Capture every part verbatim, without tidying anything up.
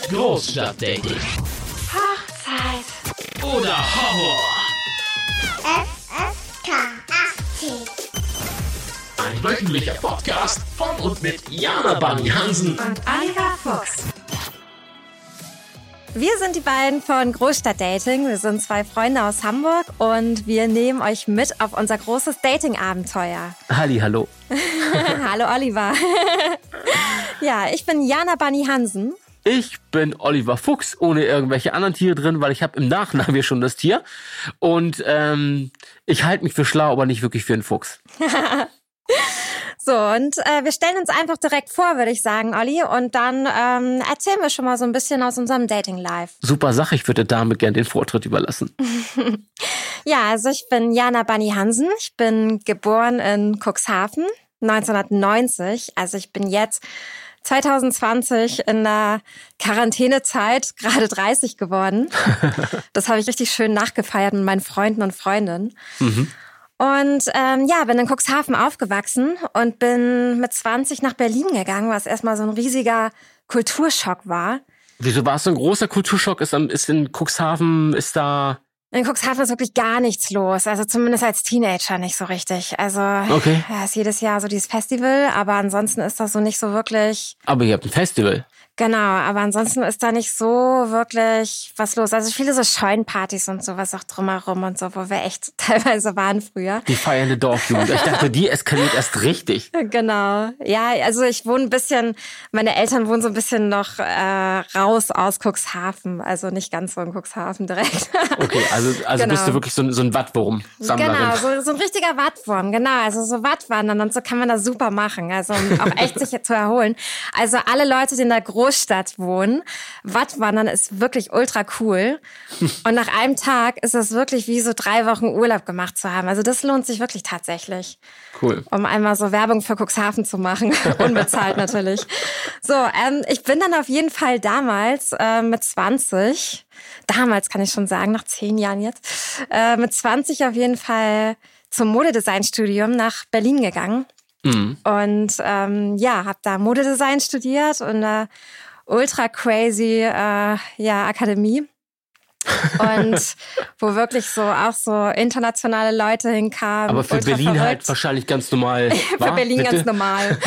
Großstadtdating. Hochzeit. Oder Horror. F F K achtzig. Ein wöchentlicher Podcast von und mit Jana Bunny Hansen Und Oliver Fuchs. Wir sind die beiden von Großstadtdating. Wir sind zwei Freunde aus Hamburg und wir nehmen euch mit auf unser großes Dating-Abenteuer. Halli, hallo. Hallo Oliver. Ja, ich bin Jana Bunny Hansen. Ich bin Oliver Fuchs, ohne irgendwelche anderen Tiere drin, weil ich habe im Nachnamen hier schon das Tier. Und ähm, ich halte mich für schlau, aber nicht wirklich für einen Fuchs. So, und äh, wir stellen uns einfach direkt vor, würde ich sagen, Olli. Und dann ähm, erzählen wir schon mal so ein bisschen aus unserem Dating-Life. Super Sache, ich würde der Dame gerne den Vortritt überlassen. Ja, also ich bin Jana Bunny Hansen. Ich bin geboren in Cuxhaven neunzehnhundertneunzig. Also ich bin jetzt zwanzig zwanzig in der Quarantänezeit gerade dreißig geworden. Das habe ich richtig schön nachgefeiert mit meinen Freunden und Freundinnen. Mhm. Und ähm, ja, bin in Cuxhaven aufgewachsen und bin mit zwanzig nach Berlin gegangen, was erstmal so ein riesiger Kulturschock war. Wieso war es so ein großer Kulturschock? Ist, ist in Cuxhaven, ist da... In Cuxhaven ist wirklich gar nichts los, also zumindest als Teenager nicht so richtig. Also okay. Ja, ist jedes Jahr so dieses Festival, aber ansonsten ist das so nicht so wirklich... Aber ihr habt ein Festival. Genau, aber ansonsten ist da nicht so wirklich was los. Also viele so Scheunenpartys und sowas auch drumherum und so, wo wir echt teilweise waren früher. Die feiernde Dorfjugend. Ich dachte, die eskaliert erst richtig. Genau. Ja, also ich wohne ein bisschen, meine Eltern wohnen so ein bisschen noch äh, raus aus Cuxhaven. Also nicht ganz so in Cuxhaven direkt. Okay, also, also Genau. bist du wirklich so ein, so ein Wattwurm-Sammlerin. Genau, so, so ein richtiger Wattwurm, genau. Also so Wattwandern und so kann man das super machen. Also um auch echt sich zu erholen. Also alle Leute, die in der Großstadt wohnen, Wattwandern ist wirklich ultra cool. Und nach einem Tag ist es wirklich wie so drei Wochen Urlaub gemacht zu haben. Also das lohnt sich wirklich tatsächlich. Cool. Um einmal so Werbung für Cuxhaven zu machen. Unbezahlt natürlich. So, ähm, ich bin dann auf jeden Fall damals äh, mit zwanzig, damals kann ich schon sagen, nach zehn Jahren jetzt, äh, mit zwanzig auf jeden Fall zum Modedesignstudium nach Berlin gegangen. Mhm. Und ähm, ja, habe da Modedesign studiert und eine ultra crazy äh, ja, Akademie. Und wo wirklich so auch so internationale Leute hinkamen. Aber für ultra Berlin verrückt. halt wahrscheinlich ganz normal. Für war? Berlin Bitte? ganz normal.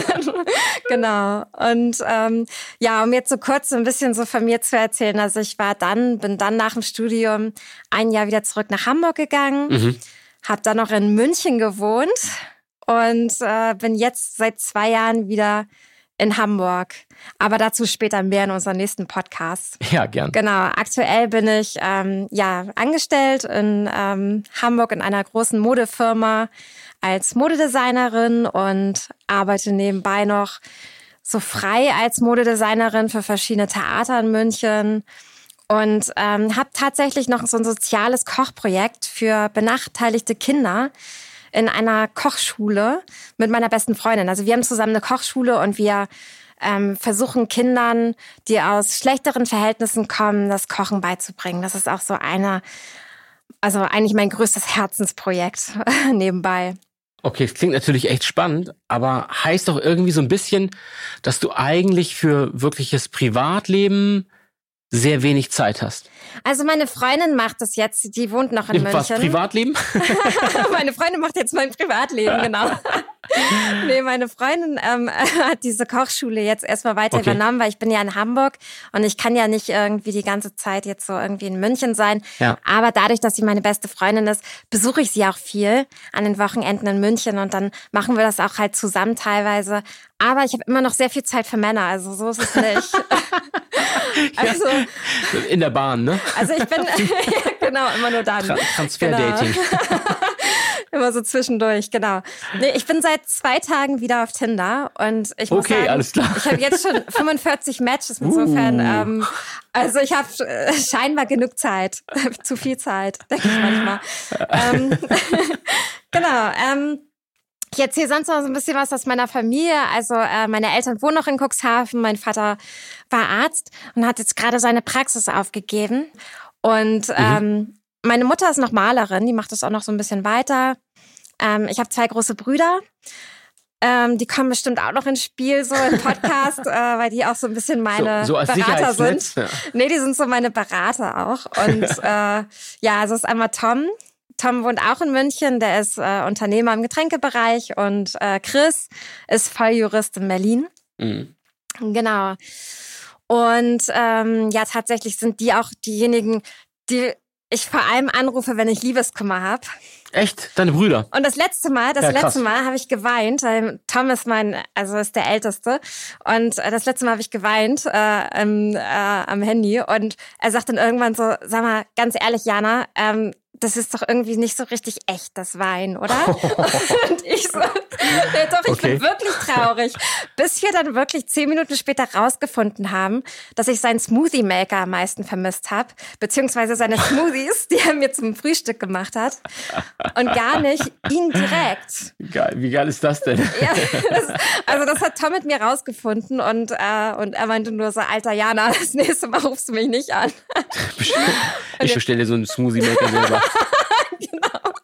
Genau. Und ähm, ja, um jetzt so kurz so ein bisschen so von mir zu erzählen. Also ich war dann, bin dann nach dem Studium ein Jahr wieder zurück nach Hamburg gegangen, Mhm. habe dann noch in München gewohnt und äh, bin jetzt seit zwei Jahren wieder in Hamburg. Aber dazu später mehr in unserem nächsten Podcast. Ja, gern. Genau, aktuell bin ich ähm, ja angestellt in ähm, Hamburg in einer großen Modefirma als Modedesignerin und arbeite nebenbei noch so frei als Modedesignerin für verschiedene Theater in München und ähm, habe tatsächlich noch so ein soziales Kochprojekt für benachteiligte Kinder in einer Kochschule mit meiner besten Freundin. Also wir haben zusammen eine Kochschule und wir ähm, versuchen Kindern, die aus schlechteren Verhältnissen kommen, das Kochen beizubringen. Das ist auch so eine, also eigentlich mein größtes Herzensprojekt nebenbei. Okay, es klingt natürlich echt spannend, aber heißt doch irgendwie so ein bisschen, dass du eigentlich für wirkliches Privatleben sehr wenig Zeit hast. Also meine Freundin macht das jetzt, die wohnt noch in Was, München. Privatleben? Meine Freundin macht jetzt mein Privatleben, genau. Nee, meine Freundin ähm, hat diese Kochschule jetzt erstmal weiter Okay. übernommen, weil ich bin ja in Hamburg und ich kann ja nicht irgendwie die ganze Zeit jetzt so irgendwie in München sein. Ja. Aber dadurch, dass sie meine beste Freundin ist, besuche ich sie auch viel an den Wochenenden in München und dann machen wir das auch halt zusammen teilweise. Aber ich habe immer noch sehr viel Zeit für Männer, also so ist es nicht. Also, In der Bahn, ne? also ich bin genau immer nur dann. Tra- Transferdating. Genau. Immer so zwischendurch, genau. Nee, ich bin seit zwei Tagen wieder auf Tinder und ich muss Okay, sagen, alles klar. ich habe jetzt schon fünfundvierzig Matches insofern. Uh. Ähm, also ich habe äh, scheinbar genug Zeit, zu viel Zeit, denke ich manchmal. ähm, genau. Ähm, Ich erzähle sonst noch so ein bisschen was aus meiner Familie. Also äh, meine Eltern wohnen noch in Cuxhaven. Mein Vater war Arzt und hat jetzt gerade seine Praxis aufgegeben. Und Mhm. ähm, meine Mutter ist noch Malerin. Die macht das auch noch so ein bisschen weiter. Ähm, ich habe zwei große Brüder. Ähm, die kommen bestimmt auch noch ins Spiel, so im Podcast, äh, weil die auch so ein bisschen meine so, so als Berater sind. Sicherheitsnetz, ja. Nee, die sind so meine Berater auch. Und äh, ja, also es ist einmal Tom. Tom wohnt auch in München, der ist äh, Unternehmer im Getränkebereich und äh, Chris ist Volljurist in Berlin. Mhm. Genau. Und ähm, ja, tatsächlich sind die auch diejenigen, die ich vor allem anrufe, wenn ich Liebeskummer habe. Echt? Deine Brüder? Und das letzte Mal, das Ja, krass. letzte Mal habe ich geweint, weil Tom ist mein, also ist der Älteste. Und äh, das letzte Mal habe ich geweint äh, ähm, äh, am Handy. Und er sagt dann irgendwann so, sag mal, ganz ehrlich, Jana, ähm, das ist doch irgendwie nicht so richtig echt, das Wein, oder? Und ich so, ja, doch, ich Okay. bin wirklich traurig. Bis wir dann wirklich zehn Minuten später rausgefunden haben, dass ich seinen Smoothie-Maker am meisten vermisst habe, beziehungsweise seine Smoothies, die er mir zum Frühstück gemacht hat. Und gar nicht ihn direkt. Geil. Wie geil ist das denn? Ja, das, also das hat Tom mit mir rausgefunden und, äh, und er meinte nur so, alter Jana, das nächste Mal rufst du mich nicht an. Ich bestelle dir so einen Smoothie-Maker selber. Genau.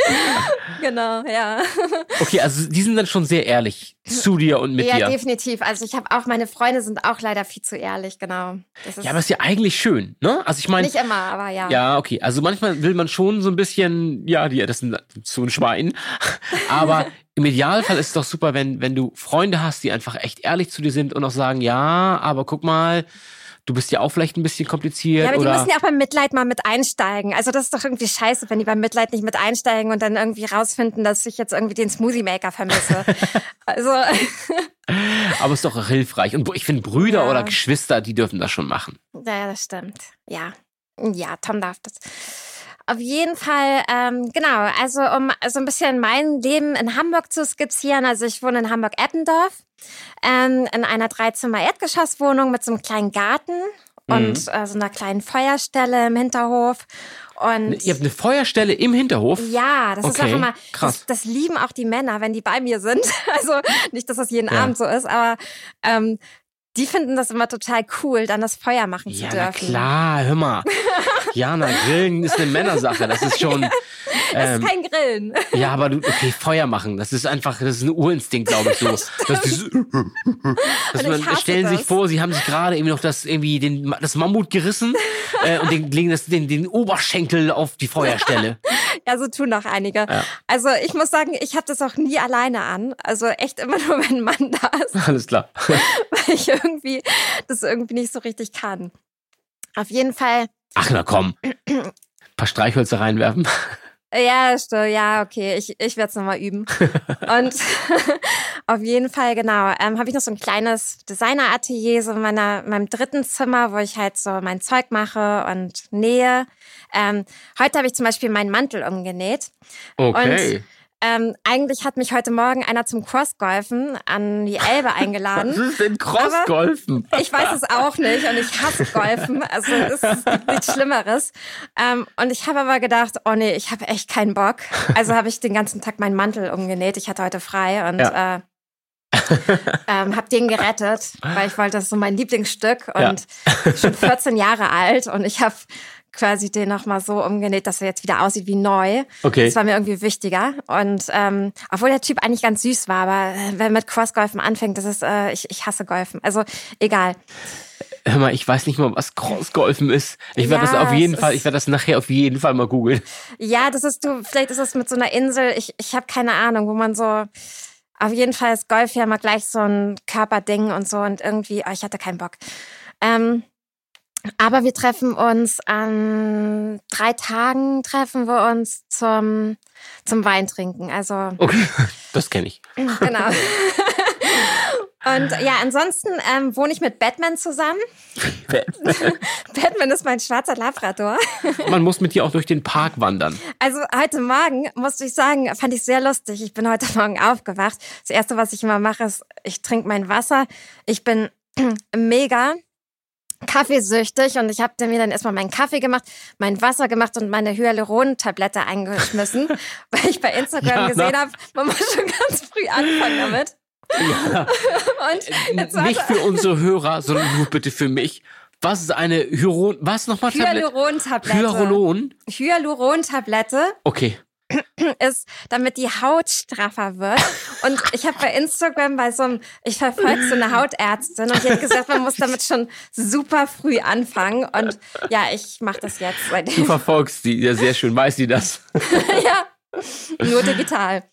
Genau, ja. Okay, also die sind dann schon sehr ehrlich zu dir und mit Ja, dir. definitiv. Also ich habe auch, meine Freunde sind auch leider viel zu ehrlich, genau. Das ist Ja, aber ist ja eigentlich schön, ne? Also ich meine, nicht immer, aber ja. ja, okay. Also manchmal will man schon so ein bisschen, ja, die, das ist so ein Schwein. Aber im Idealfall ist es doch super, wenn, wenn du Freunde hast, die einfach echt ehrlich zu dir sind und auch sagen, ja, aber guck mal, du bist ja auch vielleicht ein bisschen kompliziert. Ja, aber die oder müssen ja auch beim Mitleid mal mit einsteigen. Also das ist doch irgendwie scheiße, wenn die beim Mitleid nicht mit einsteigen und dann irgendwie rausfinden, dass ich jetzt irgendwie den Smoothie-Maker vermisse. Also aber es ist doch auch hilfreich. Und ich finde, Brüder Ja. oder Geschwister, die dürfen das schon machen. ja, das stimmt. Ja, ja, Tom darf das. Auf jeden Fall, ähm, genau, also um so ein bisschen mein Leben in Hamburg zu skizzieren. Also ich wohne in Hamburg-Eppendorf, ähm, in einer Dreizimmer-Erdgeschosswohnung mit so einem kleinen Garten und äh, so einer kleinen Feuerstelle im Hinterhof. Und Ihr habt eine Feuerstelle im Hinterhof? ja, das ist Okay, auch immer, krass. das, das lieben auch die Männer, wenn die bei mir sind. Also nicht, dass das jeden Ja. Abend so ist, aber ähm, die finden das immer total cool, dann das Feuer machen zu Ja, dürfen. na klar, hör mal. Jana, Grillen ist eine Männersache. Das ist schon. Das Ähm, ist kein Grillen. ja, aber du, okay, Feuer machen. Das ist einfach, das ist ein Urinstinkt, glaube ich, so. Das, das, das Und man, ich hasse stellen sich das. vor, sie haben sich gerade irgendwie noch das, irgendwie den, das Mammut gerissen äh, und den, legen das, den, den Oberschenkel auf die Feuerstelle. Ja, so tun auch einige. Ja. Also ich muss sagen, ich habe das auch nie alleine an. Also echt immer nur, wenn ein Mann da ist, Alles klar. weil ich irgendwie das irgendwie nicht so richtig kann. Auf jeden Fall, Ach, na komm. Ein paar Streichhölzer reinwerfen. ja, sto- ja, okay, ich, ich werde es nochmal üben. Und auf jeden Fall, genau, ähm, habe ich noch so ein kleines Designer-Atelier, so in meiner, meinem dritten Zimmer, wo ich halt so mein Zeug mache und nähe. Ähm, heute habe ich zum Beispiel meinen Mantel umgenäht. Okay. Und ähm, eigentlich hat mich heute Morgen einer zum Crossgolfen an die Elbe Was eingeladen. ist denn Crossgolfen? Ich weiß es auch nicht und ich hasse Golfen. Also es gibt nichts Schlimmeres. Ähm, und ich habe aber gedacht, oh nee, ich habe echt keinen Bock. Also habe ich den ganzen Tag meinen Mantel umgenäht. Ich hatte heute frei und Ja. äh, ähm, habe den gerettet, weil ich wollte, das ist so mein Lieblingsstück und schon vierzehn Jahre alt und ich habe quasi den nochmal so umgenäht, dass er jetzt wieder aussieht wie neu. Okay. Das war mir irgendwie wichtiger. Und ähm, obwohl der Typ eigentlich ganz süß war, aber äh, wenn mit Crossgolfen anfängt, das ist, äh, ich, ich hasse Golfen. Also egal. Hör mal, ich weiß nicht mal, was Crossgolfen ist. Ich werde Ja, das auf jeden es Fall, ist- ich werde das nachher auf jeden Fall mal googeln. Ja, das ist du, vielleicht ist es mit so einer Insel, ich, ich habe keine Ahnung, wo man so, auf jeden Fall ist Golf ja mal gleich so ein Körperding und so und irgendwie, oh, ich hatte keinen Bock. Ähm, aber wir treffen uns an drei Tagen, treffen wir uns zum, zum Weintrinken, also Okay, das kenne ich. genau. Und ja, ansonsten ähm, wohne ich mit Batman zusammen. Batman ist mein schwarzer Labrador. Man muss mit dir auch durch den Park wandern. Also heute Morgen, musste ich sagen, fand ich sehr lustig. Ich bin heute Morgen aufgewacht. Das Erste, was ich immer mache, ist, ich trinke mein Wasser. Ich bin mega kaffeesüchtig und ich habe mir dann erstmal meinen Kaffee gemacht, mein Wasser gemacht und meine Hyaluron-Tablette eingeschmissen, weil ich bei Instagram Ja, gesehen na. habe, man muss schon ganz früh anfangen damit. Ja. Und jetzt Nicht warte- für unsere Hörer, sondern nur bitte für mich. Was ist eine Hyaluron... Was nochmal? Hyaluron-Tablette. Hyaluron? Hyaluron-Tablette. Okay. ist, damit die Haut straffer wird. Und ich habe bei Instagram bei so einem, ich verfolge so eine Hautärztin und die hat gesagt, man muss damit schon super früh anfangen. Und ja, ich mache das jetzt. Du verfolgst die, ja, sehr schön. Weiß sie das? Ja, nur digital.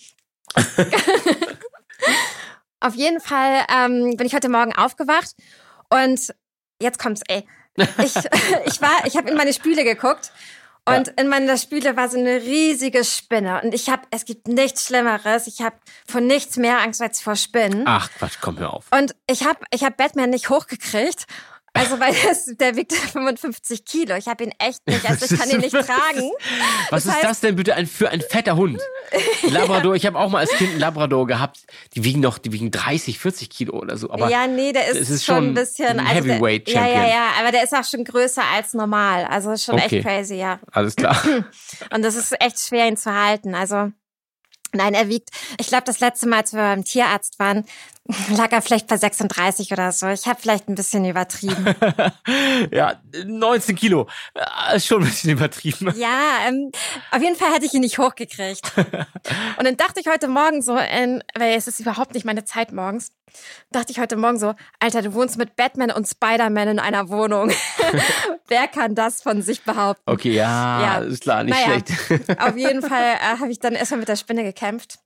Auf jeden Fall ähm, bin ich heute Morgen aufgewacht und jetzt kommt's, ey. Ich, ich war, ich habe in meine Spüle geguckt und ja. in meiner Spüle war so eine riesige Spinne und ich habe, es gibt nichts Schlimmeres. Ich habe vor nichts mehr Angst als vor Spinnen. Ach Quatsch, komm hör auf. Und ich habe, ich habe Batman nicht hochgekriegt. Also, weil das, der wiegt fünfundfünfzig Kilo. Ich habe ihn echt nicht, also ich kann ihn nicht tragen. Was das ist heißt, das denn bitte ein, für ein fetter Hund? Labrador, ja. Ich habe auch mal als Kind einen Labrador gehabt. Die wiegen noch, die wiegen dreißig, vierzig Kilo oder so. Aber ja, nee, der ist, ist schon schon ein bisschen... ein also Heavyweight der, ja, Champion. ja, ja, aber der ist auch schon größer als normal. Also ist schon Okay. echt crazy, ja. Alles klar. Und das ist echt schwer, ihn zu halten. Also... Nein, er wiegt, ich glaube, das letzte Mal, als wir beim Tierarzt waren, lag er vielleicht bei sechsunddreißig oder so. Ich habe vielleicht ein bisschen übertrieben. Ja, neunzehn Kilo. Ist schon ein bisschen übertrieben. Ja, ähm, auf jeden Fall hätte ich ihn nicht hochgekriegt. Und dann dachte ich heute Morgen so, in, weil es ist überhaupt nicht meine Zeit morgens, dachte ich heute Morgen so, Alter, du wohnst mit Batman und Spider-Man in einer Wohnung. Wer kann das von sich behaupten? Okay, ja, Ja. ist klar, nicht Naja, schlecht. Auf jeden Fall äh, habe ich dann erstmal mit der Spinne gekämpft.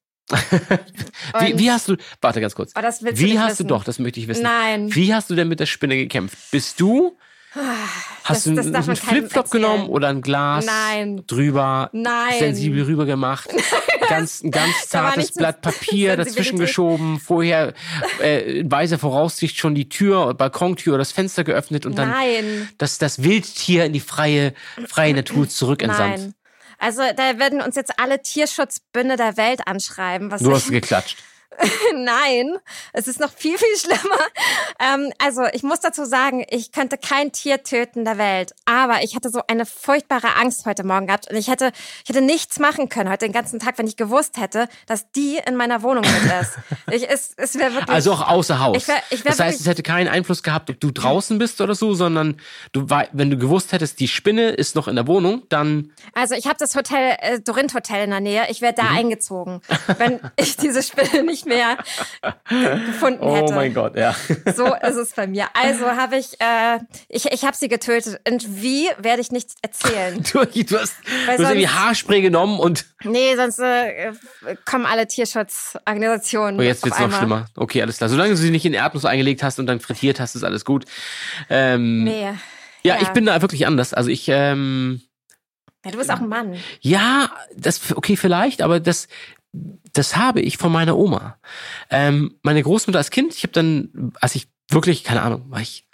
Wie, wie hast du, warte ganz kurz. Oh, das willst du Wie nicht hast wissen. du, doch, das möchte ich wissen. Nein. Wie hast du denn mit der Spinne gekämpft? Bist du, hast Das- du das einen, darf man einen keinem Flipflop erzählen. genommen oder ein Glas Nein. drüber, Nein. sensibel rüber gemacht, ganz, ein ganz Da war zartes nichts Blatt mit Papier dazwischen Sensibilität. geschoben, vorher äh, in weiser Voraussicht schon die Tür, Balkontür oder das Fenster geöffnet und dann Nein. das, das Wildtier in die freie, freie Natur zurückentsandt. Nein. Also da werden uns jetzt alle Tierschutzbünde der Welt anschreiben. Was Du ich, hast geklatscht. Nein, es ist noch viel, viel schlimmer. Ähm, also ich muss dazu sagen, ich könnte kein Tier töten der Welt. Aber ich hatte so eine furchtbare Angst heute Morgen gehabt. Und ich hätte, ich hätte nichts machen können heute den ganzen Tag, wenn ich gewusst hätte, dass die in meiner Wohnung mit ist. Ich, es es wäre wirklich... Also auch außer Haus. Ich wär- ich wär das heißt, wirklich- es hätte keinen Einfluss gehabt, ob du draußen bist oder so, sondern du, wei- wenn du gewusst hättest, die Spinne ist noch in der Wohnung, dann Also ich habe das Hotel, äh, Dorint Hotel in der Nähe. Ich wäre da Mhm. eingezogen, wenn ich diese Spinne nicht mehr ge- gefunden hätte. oh mein Gott, ja. So ist es bei mir. Also habe ich, äh, ich, ich habe sie getötet. Und wie, werde ich nicht erzählen. Du, du hast, Weil du hast irgendwie sonst- Haarspray genommen und Nee, sonst äh, kommen alle Tierschutzorganisationen. oh, jetzt auf wird's noch einmal. schlimmer. Okay, alles klar. Solange du sie nicht in Erdnuss eingelegt hast und dann frittiert hast, ist alles gut. Ähm, Nee. ja, ja. ich bin da wirklich anders. Also ich, ähm, Ja, du bist auch ein Mann. ja, das, okay, vielleicht, aber das, das habe ich von meiner Oma. Ähm, meine Großmutter als Kind, ich habe dann, als ich wirklich, keine Ahnung, war ich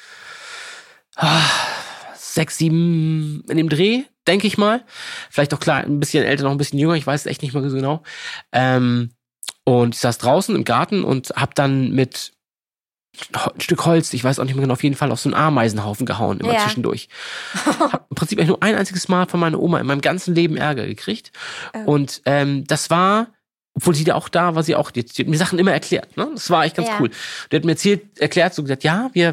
ah, sechs, sieben in dem Dreh, denke ich mal. Vielleicht auch klar, ein bisschen älter, noch ein bisschen jünger, ich weiß es echt nicht mehr so genau. Ähm, und ich saß draußen im Garten und habe dann mit ein Stück Holz, ich weiß auch nicht mehr genau, auf jeden Fall auf so einen Ameisenhaufen gehauen, immer Ja. zwischendurch. Hab im Prinzip eigentlich nur ein einziges Mal von meiner Oma in meinem ganzen Leben Ärger gekriegt. Oh. Und ähm, das war, obwohl sie da auch da war, sie auch, die, die hat mir Sachen immer erklärt. Ne? Das war echt ganz Ja. cool. Die hat mir erzählt, erklärt, so gesagt, ja, wir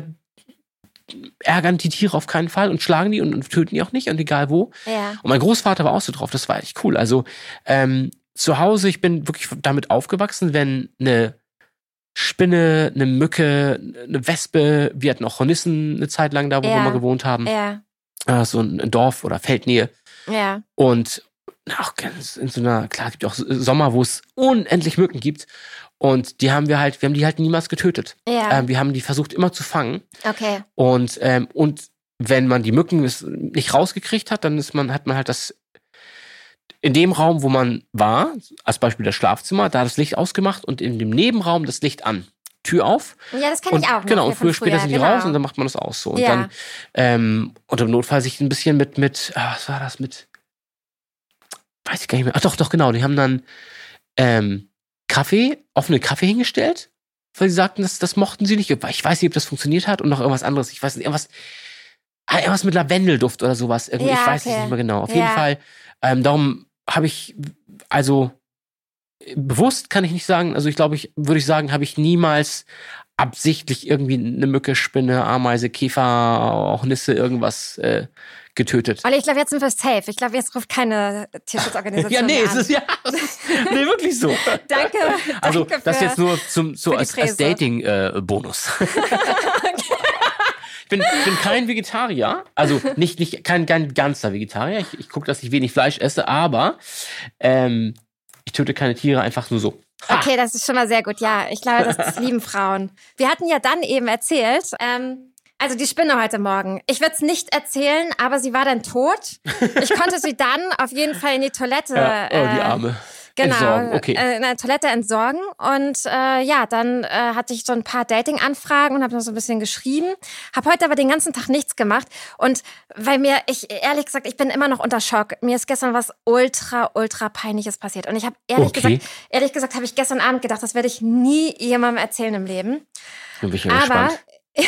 ärgern die Tiere auf keinen Fall und schlagen die und, und töten die auch nicht und egal wo. Ja. Und mein Großvater war auch so drauf, das war echt cool. Also ähm, zu Hause, ich bin wirklich damit aufgewachsen, wenn eine Spinne, eine Mücke, eine Wespe, wir hatten auch Hornissen eine Zeit lang da, wo Ja. wir mal gewohnt haben. Ja. Äh, so ein Dorf oder Feldnähe. Ja. Und auch ganz in so einer, klar, es gibt auch Sommer, wo es unendlich Mücken gibt. Und die haben wir halt, wir haben die halt niemals getötet. Ja. Ähm, wir haben die versucht immer zu fangen. Okay. Und, ähm, und wenn man die Mücken nicht rausgekriegt hat, dann ist man, hat man halt das in dem Raum, wo man war, als Beispiel das Schlafzimmer, da das Licht ausgemacht und in dem Nebenraum das Licht an. Tür auf. Ja, das kenne Und ich auch noch. genau, hier und früher, von später sind die genau. raus und dann macht man das aus so. Und Ja. dann, ähm, und im Notfall sich ein bisschen mit, mit, ah, was war das, mit, weiß ich gar nicht mehr. Ach doch, doch, genau, die haben dann ähm, Kaffee, offene Kaffee hingestellt, weil sie sagten, das, das mochten sie nicht. Ich weiß nicht, ob das funktioniert hat und noch irgendwas anderes. Ich weiß nicht, irgendwas, ah, irgendwas mit Lavendelduft oder sowas. Irgendwie, Ja, ich weiß es okay. nicht mehr genau. Auf Ja. jeden Fall, ähm, darum habe ich, also bewusst kann ich nicht sagen, also ich glaube, ich würde ich sagen, habe ich niemals absichtlich irgendwie eine Mücke, Spinne, Ameise, Käfer, auch Nisse, irgendwas äh, getötet. Olli, ich glaube, jetzt sind wir safe. Ich glaube, jetzt ruft keine Tierschutzorganisation Ja, nee, mehr es an. ist ja, es ist, nee, wirklich so. Danke, Also danke das für- jetzt nur zum so für die als, als Präse. Dating-Bonus. Ich bin, ich bin kein Vegetarier, also nicht, nicht kein, kein ganzer Vegetarier. Ich, ich gucke, dass ich wenig Fleisch esse, aber ähm, ich töte keine Tiere einfach nur so. Ha! Okay, das ist schon mal sehr gut. Ja, ich glaube, das, das lieben Frauen. Wir hatten ja dann eben erzählt, ähm, also die Spinne heute Morgen. Ich würde es nicht erzählen, aber sie war dann tot. Ich konnte sie dann auf jeden Fall in die Toilette. Ja, oh, die äh, Arme. Genau, Entsorgen. Okay. äh, in der Toilette entsorgen. Und äh, ja, dann äh, hatte ich so ein paar Dating-Anfragen und habe noch so ein bisschen geschrieben. Habe heute aber den ganzen Tag nichts gemacht. Und weil mir, ich ehrlich gesagt, ich bin immer noch unter Schock. Mir ist gestern was ultra, ultra Peinliches passiert. Und ich habe ehrlich Okay. gesagt, ehrlich gesagt, habe ich gestern Abend gedacht, das werde ich nie jemandem erzählen im Leben. Bin ich ja Aber gespannt.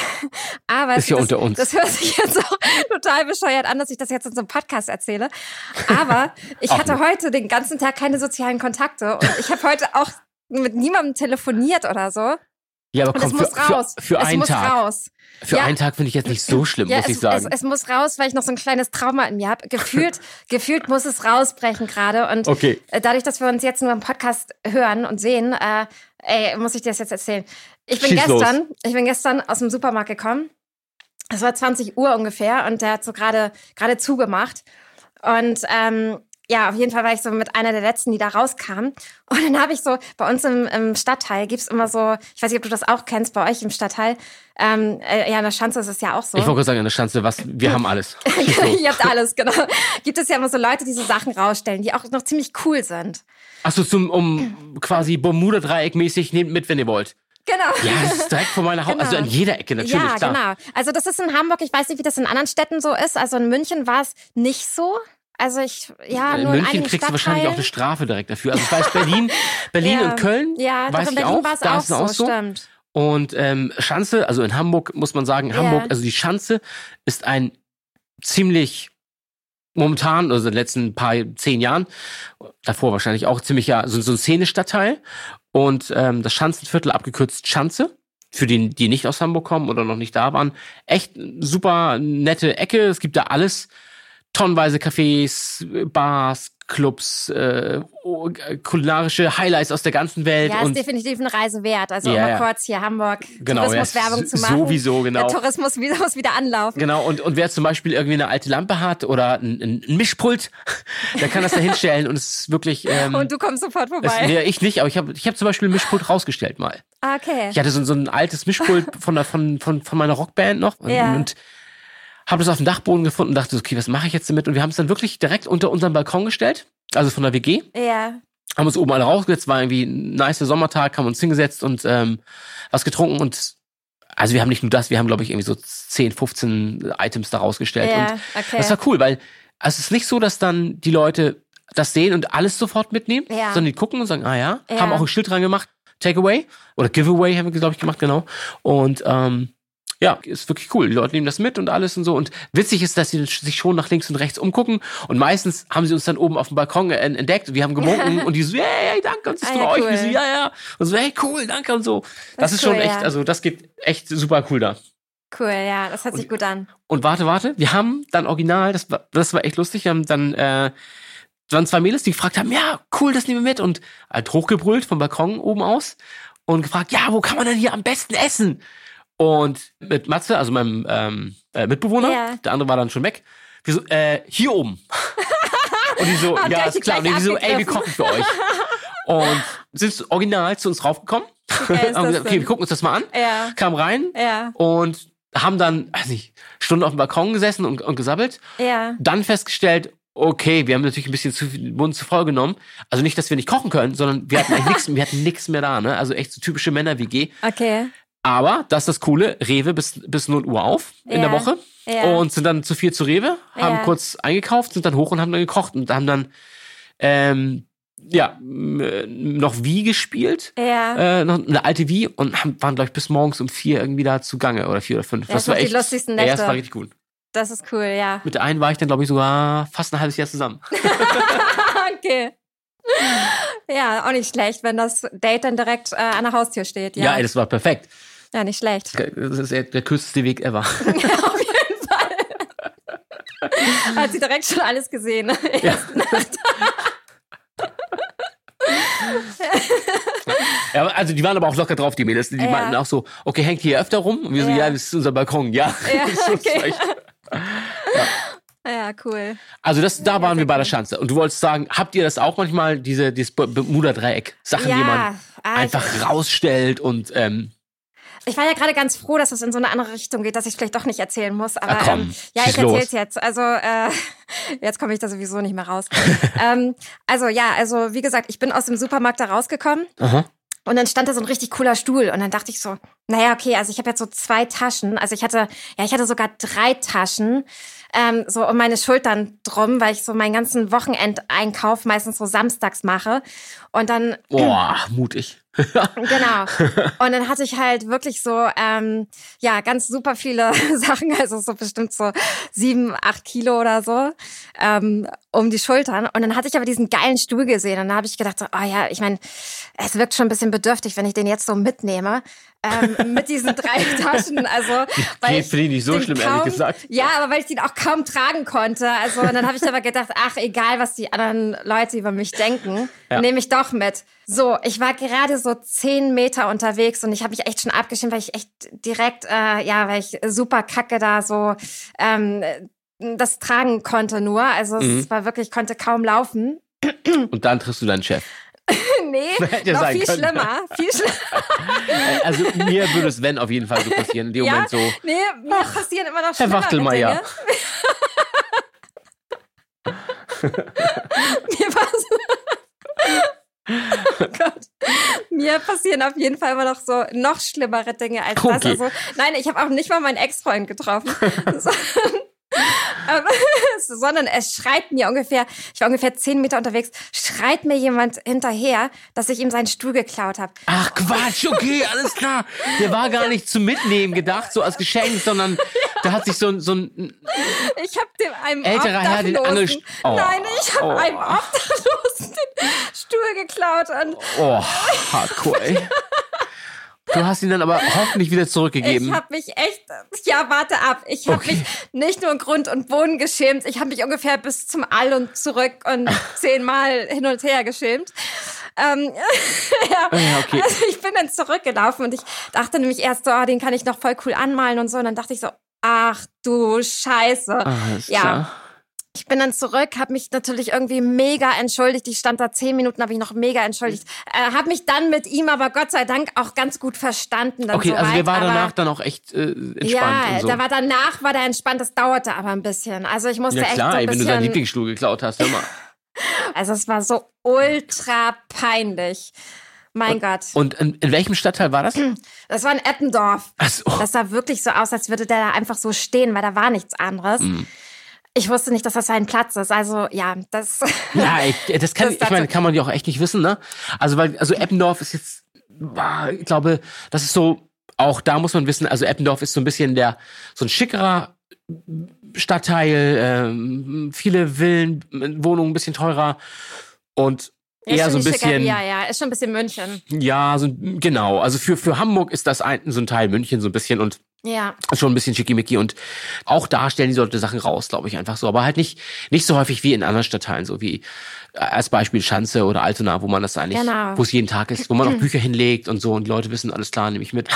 aber Ist ja das, unter uns. Das hört sich jetzt auch total bescheuert an, dass ich das jetzt in so einem Podcast erzähle. Aber ich Ach, hatte ne. heute den ganzen Tag keine sozialen Kontakte und ich habe heute auch mit niemandem telefoniert oder so. Ja, aber Und komm, es muss für, raus. für, für es einen muss Tag. raus. Für Ja. einen Tag finde ich jetzt nicht so schlimm, Ja, muss es, ich sagen. Es, es muss raus, weil ich noch so ein kleines Trauma in mir habe. Gefühlt, gefühlt muss es rausbrechen gerade. Und Okay. äh, dadurch, dass wir uns jetzt nur im Podcast hören und sehen, äh, ey, muss ich dir das jetzt erzählen. Ich bin Schieß gestern, ich bin gestern aus dem Supermarkt gekommen. Es war zwanzig Uhr ungefähr und der hat so gerade gerade zugemacht. Und ähm, ja, auf jeden Fall war ich so mit einer der letzten, die da rauskam. Und dann habe ich so, bei uns im, im Stadtteil gibt's immer so, ich weiß nicht, ob du das auch kennst, bei euch im Stadtteil. Ähm, äh, ja, in der Schanze ist es ja auch so. Ich wollte gerade sagen, eine Schanze, was, wir haben alles. Schieß los. Ihr habt alles, genau. Gibt es ja immer so Leute, die so Sachen rausstellen, die auch noch ziemlich cool sind. Achso, zum, um quasi Bermuda-Dreieck-mäßig, nehmt mit, wenn ihr wollt. Genau. Ja, das ist direkt vor meiner Haus, Genau. also an jeder Ecke, natürlich, Ja, klar. genau. Also das ist in Hamburg, ich weiß nicht, wie das in anderen Städten so ist. Also in München war es nicht so. Also ich, ja, In nur in München einigen kriegst du wahrscheinlich auch eine Stadtteilen. Strafe direkt dafür. Also ich weiß, Berlin, Berlin Ja. und Köln, Ja, weiß doch in ich Berlin auch, war es da auch ist es auch so, so. stimmt. Und ähm, Schanze, also in Hamburg muss man sagen, Hamburg, Ja. also die Schanze ist ein ziemlich momentan, also in den letzten paar, zehn Jahren, davor wahrscheinlich auch ziemlich ja, so, so ein Szenestadtteil. Und ähm, das Schanzenviertel, abgekürzt Schanze, für die, die nicht aus Hamburg kommen oder noch nicht da waren, echt super nette Ecke. Es gibt da alles. Tonnenweise Cafés, Bars, Clubs, äh, oh, kulinarische Highlights aus der ganzen Welt. Ja, ist und definitiv eine Reise wert. Also Ja, um ja. mal kurz hier Hamburg Genau, ja, Tourismuswerbung s- zu machen. sowieso, genau. Der Tourismus wieder, muss wieder anlaufen. Genau, und, und wer zum Beispiel irgendwie eine alte Lampe hat oder ein, ein ein Mischpult, der kann das da hinstellen und es ist wirklich... Ähm, Und du kommst sofort es, vorbei. nee, ich nicht, aber ich habe ich hab zum Beispiel ein Mischpult rausgestellt mal. Ah, okay. Ich hatte so, so ein altes Mischpult von, der, von, von, von meiner Rockband noch und, Ja. und habe das auf dem Dachboden gefunden und dachte, so, okay, was mache ich jetzt damit? Und wir haben es dann wirklich direkt unter unseren Balkon gestellt, also von der W G. Ja. Haben uns oben alle rausgesetzt, war irgendwie ein nicer Sommertag, haben uns hingesetzt und ähm, was getrunken und also wir haben nicht nur das, wir haben glaube ich irgendwie so zehn, fünfzehn Items da rausgestellt Ja, und okay. das war cool, weil also es ist nicht so, dass dann die Leute das sehen und alles sofort mitnehmen, Ja. sondern die gucken und sagen, ah ja, Ja. haben auch ein Schild dran gemacht, Takeaway oder Giveaway haben wir glaube ich gemacht, genau. Und ähm, ja, ist wirklich cool. Die Leute nehmen das mit und alles und so. Und witzig ist, dass sie sich schon nach links und rechts umgucken. Und meistens haben sie uns dann oben auf dem Balkon en- entdeckt. Wir haben gewunken und die so, hey, hey, danke, und das ist Ah, für ja, euch. cool. Wir so, ja, ja. Und so, hey, cool, danke und so. Das, Das ist ist schon cool, echt, ja. also das geht echt super cool da. Cool, ja, das hört sich gut an. Und warte, warte, wir haben dann original, das war, das war echt lustig, wir haben dann, äh, waren zwei Mädels, die gefragt haben, ja, cool, das nehmen wir mit. Und halt hochgebrüllt vom Balkon oben aus und gefragt, ja, wo kann man denn hier am besten essen? Und mit Matze, also meinem ähm, äh, Mitbewohner, Ja. der andere war dann schon weg, wir so, äh, hier oben. Und die so, Habt ihr ja, euch ist klar. Und die gleich so, ey, wir abgegriffen? kochen für euch. Und sind original zu uns raufgekommen. geil ist Haben das gesagt, okay, denn? wir gucken uns das mal an. Ja. Kamen rein Ja. und haben dann, weiß nicht, Stunde auf dem Balkon gesessen und, und gesabbelt. Ja. Dann festgestellt, okay, wir haben natürlich ein bisschen zu viel Mund zu voll genommen. Also nicht, dass wir nicht kochen können, sondern wir hatten eigentlich nichts, wir hatten nichts mehr da, ne? Also echt so typische Männer-W G. Okay. Aber, das ist das Coole, Rewe bis, bis null Uhr auf in Ja. der Woche. Ja. Und sind dann zu viel zu Rewe, haben Ja. kurz eingekauft, sind dann hoch und haben dann gekocht und haben dann, ähm, ja, m- äh, noch Wii gespielt. Ja. Äh, noch eine alte Wii und haben, waren, glaube ich, bis morgens um vier irgendwie da zugange oder vier oder fünf. Ja, das sind die lustigsten Ja, das Nächte. war richtig gut. Das ist cool, ja. Mit der einen war ich dann, glaube ich, sogar fast ein halbes Jahr zusammen. Okay. Ja, auch nicht schlecht, wenn das Date dann direkt äh, an der Haustür steht. Ja, Ja, ey, das war perfekt. Ja, nicht schlecht. Das ist der, der kürzeste Weg ever. Ja, auf jeden Fall. Hat sie direkt schon alles gesehen. Ja. Ja, also die waren aber auch locker drauf, die Mädels. Die Ja. meinten auch so, okay, hängt hier öfter rum? Und wir so, Ja. ja, das ist unser Balkon. Ja, Ja, das ist okay. echt. Ja, cool. Also das, da waren wir bei der Schanze. Und du wolltest sagen, habt ihr das auch manchmal, diese, dieses Bermuda-Dreieck? Sachen, Ja, die man also- einfach rausstellt und ähm, Ich war ja gerade ganz froh, dass es in so eine andere Richtung geht, dass ich vielleicht doch nicht erzählen muss. Aber Ah, komm, ähm, ja, schieß ich erzähl's los. jetzt. Also äh, jetzt komme ich da sowieso nicht mehr raus. ähm, also ja, also wie gesagt, ich bin aus dem Supermarkt da rausgekommen. aha. Und dann stand da so ein richtig cooler Stuhl und dann dachte ich so, naja, okay, also ich habe jetzt so zwei Taschen, also ich hatte, ja, ich hatte sogar drei Taschen, ähm, so um meine Schultern drum, weil ich so meinen ganzen Wochenendeinkauf meistens so samstags mache und dann, Boah, mutig. genau, und dann hatte ich halt wirklich so, ähm, ja, ganz super viele Sachen, also so bestimmt so sieben, acht Kilo oder so, ähm, um die Schultern und dann hatte ich aber diesen geilen Stuhl gesehen und dann habe ich gedacht so, oh ja, ich meine, es wirkt schon ein bisschen bedürftig, wenn ich den jetzt so mitnehme, ähm, mit diesen drei Taschen, also weil Nee, ich finde ich nicht so den schlimm, kaum, ehrlich gesagt. Ja, aber weil ich den auch kaum tragen konnte, also und dann habe ich aber gedacht, ach egal, was die anderen Leute über mich denken, Ja. nehme ich doch mit. So, ich war gerade so zehn Meter unterwegs und ich habe mich echt schon abgestimmt, weil ich echt direkt, äh, ja, weil ich super kacke da so ähm, das tragen konnte nur, also Mhm. es war wirklich, ich konnte kaum laufen. Und dann triffst du deinen Chef. Nee, Hätte noch sein viel können. schlimmer, viel schlimmer. Also mir würde es, wenn, auf jeden Fall so passieren. In dem Ja, Moment so, nee, mir passieren immer noch Herr schlimmere Wachtelmeier. Dinge. Mir pass- Oh Gott. Mir passieren auf jeden Fall immer noch so noch schlimmere Dinge als das. Okay. Also, nein, ich habe auch nicht mal meinen Ex-Freund getroffen. sondern, ähm, sondern es schreit mir ungefähr, ich war ungefähr zehn Meter unterwegs, schreit mir jemand hinterher, dass ich ihm seinen Stuhl geklaut habe. ach Quatsch, okay, alles klar. Der war gar nicht zum Mitnehmen gedacht, so als Geschenk, sondern da hat sich so ein, so ein Ich habe dem einem Älterer Herr den Obdachlosen, Angel- Oh. nein, ich habe Oh. einem Obdachlosen den Stuhl geklaut und oh, hardcore, ey. Du hast ihn dann aber hoffentlich wieder zurückgegeben. ich habe mich echt, ja, warte ab, ich habe Okay. mich nicht nur Grund und Boden geschämt, ich habe mich ungefähr bis zum All und zurück und zehnmal hin und her geschämt. Ähm, ja, Ja, okay. also ich bin dann zurückgelaufen und ich dachte nämlich erst so, oh, den kann ich noch voll cool anmalen und so und dann dachte ich so, ach du Scheiße. Alles Ja. klar. Ich bin dann zurück, habe mich natürlich irgendwie mega entschuldigt. Ich stand da zehn Minuten, habe ich noch mega entschuldigt. Äh, habe mich dann mit ihm aber Gott sei Dank auch ganz gut verstanden. Dann Okay, soweit, also der war aber danach dann auch echt äh, entspannt ja, und so. da war danach war der entspannt. Das dauerte aber ein bisschen. Also ich musste Ja echt klar, so ein ey, wenn du deinen bisschen. Lieblingsstuhl geklaut hast, hör mal. Also es war so ultra peinlich. Mein Gott, Und in, in welchem Stadtteil war das? das war in Eppendorf. Ach so. Das sah wirklich so aus, als würde der da einfach so stehen, weil da war nichts anderes. Mhm. Ich wusste nicht, dass das sein Platz ist. Also ja, das. Ja, ich, das kann, Das ich meine, dazu- kann man ja auch echt nicht wissen, ne? Also, weil, also Eppendorf ist jetzt, ah, ich glaube, das ist so, auch da muss man wissen, also Eppendorf ist so ein bisschen der, so ein schickerer Stadtteil, ähm, viele Villen, Wohnungen ein bisschen teurer und Ist eher schon so ein die bisschen, Schickeria, ja, ist schon ein bisschen München. ja, so, genau, also für, für Hamburg ist das ein, so ein Teil München so ein bisschen und Ja. schon ein bisschen schickimicki und auch da stellen die Leute Sachen raus, glaube ich, einfach so. Aber halt nicht, nicht so häufig wie in anderen Stadtteilen, so wie äh, als Beispiel Schanze oder Altona, wo man das eigentlich, Genau. wo es jeden Tag ist, wo man auch Bücher hinlegt und so und die Leute wissen, alles klar, nehme ich mit.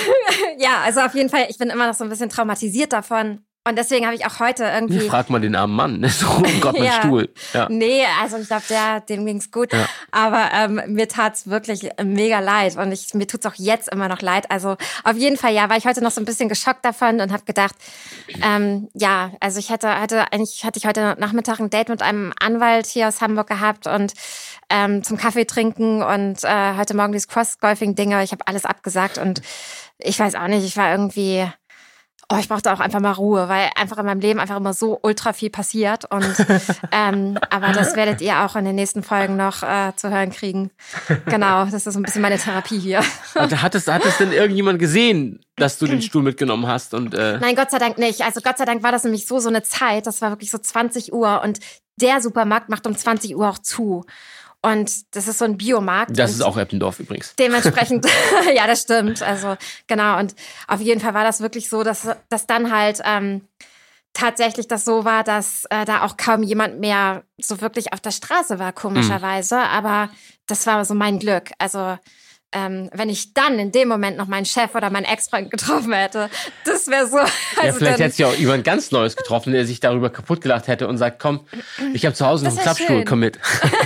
Ja, also auf jeden Fall, ich bin immer noch so ein bisschen traumatisiert davon. Und deswegen habe ich auch heute irgendwie. Frag mal den armen Mann, ne? So, oh Gott, mein Ja. Stuhl. Ja. Nee, also ich glaube, der, dem ging's gut. Ja. Aber ähm, mir tat's wirklich mega leid. Und ich, mir tut's auch jetzt immer noch leid. Also auf jeden Fall, ja, war ich heute noch so ein bisschen geschockt davon und habe gedacht, ähm, ja, also ich hätte, hatte, eigentlich hatte ich heute Nachmittag ein Date mit einem Anwalt hier aus Hamburg gehabt und ähm, zum Kaffee trinken und äh, heute Morgen dieses Cross-Golfing-Dinge. Ich habe alles abgesagt und ich weiß auch nicht, ich war irgendwie. Oh, ich brauchte auch einfach mal Ruhe, weil einfach in meinem Leben einfach immer so ultra viel passiert. Und ähm, aber das werdet ihr auch in den nächsten Folgen noch äh, zu hören kriegen. Genau, das ist so ein bisschen meine Therapie hier. Und hat es, hat es denn irgendjemand gesehen, dass du den Stuhl mitgenommen hast? Und äh, Nein, Gott sei Dank nicht. Also Gott sei Dank war das nämlich so so eine Zeit, das war wirklich so zwanzig Uhr und der Supermarkt macht um zwanzig Uhr auch zu. Und das ist so ein Biomarkt. Das und ist auch Eppendorf übrigens. Dementsprechend, ja, das stimmt. Also genau. Und auf jeden Fall war das wirklich so, dass, dass dann halt ähm, tatsächlich das so war, dass äh, da auch kaum jemand mehr so wirklich auf der Straße war, komischerweise. Mhm. Aber das war so mein Glück. Also Ähm, wenn ich dann in dem Moment noch meinen Chef oder meinen Ex-Freund getroffen hätte, das wäre so. Also ja, vielleicht hätte sie auch über ein ganz Neues getroffen, der sich darüber kaputt gelacht hätte und sagt, komm, ich habe zu Hause noch einen Klappstuhl, komm mit.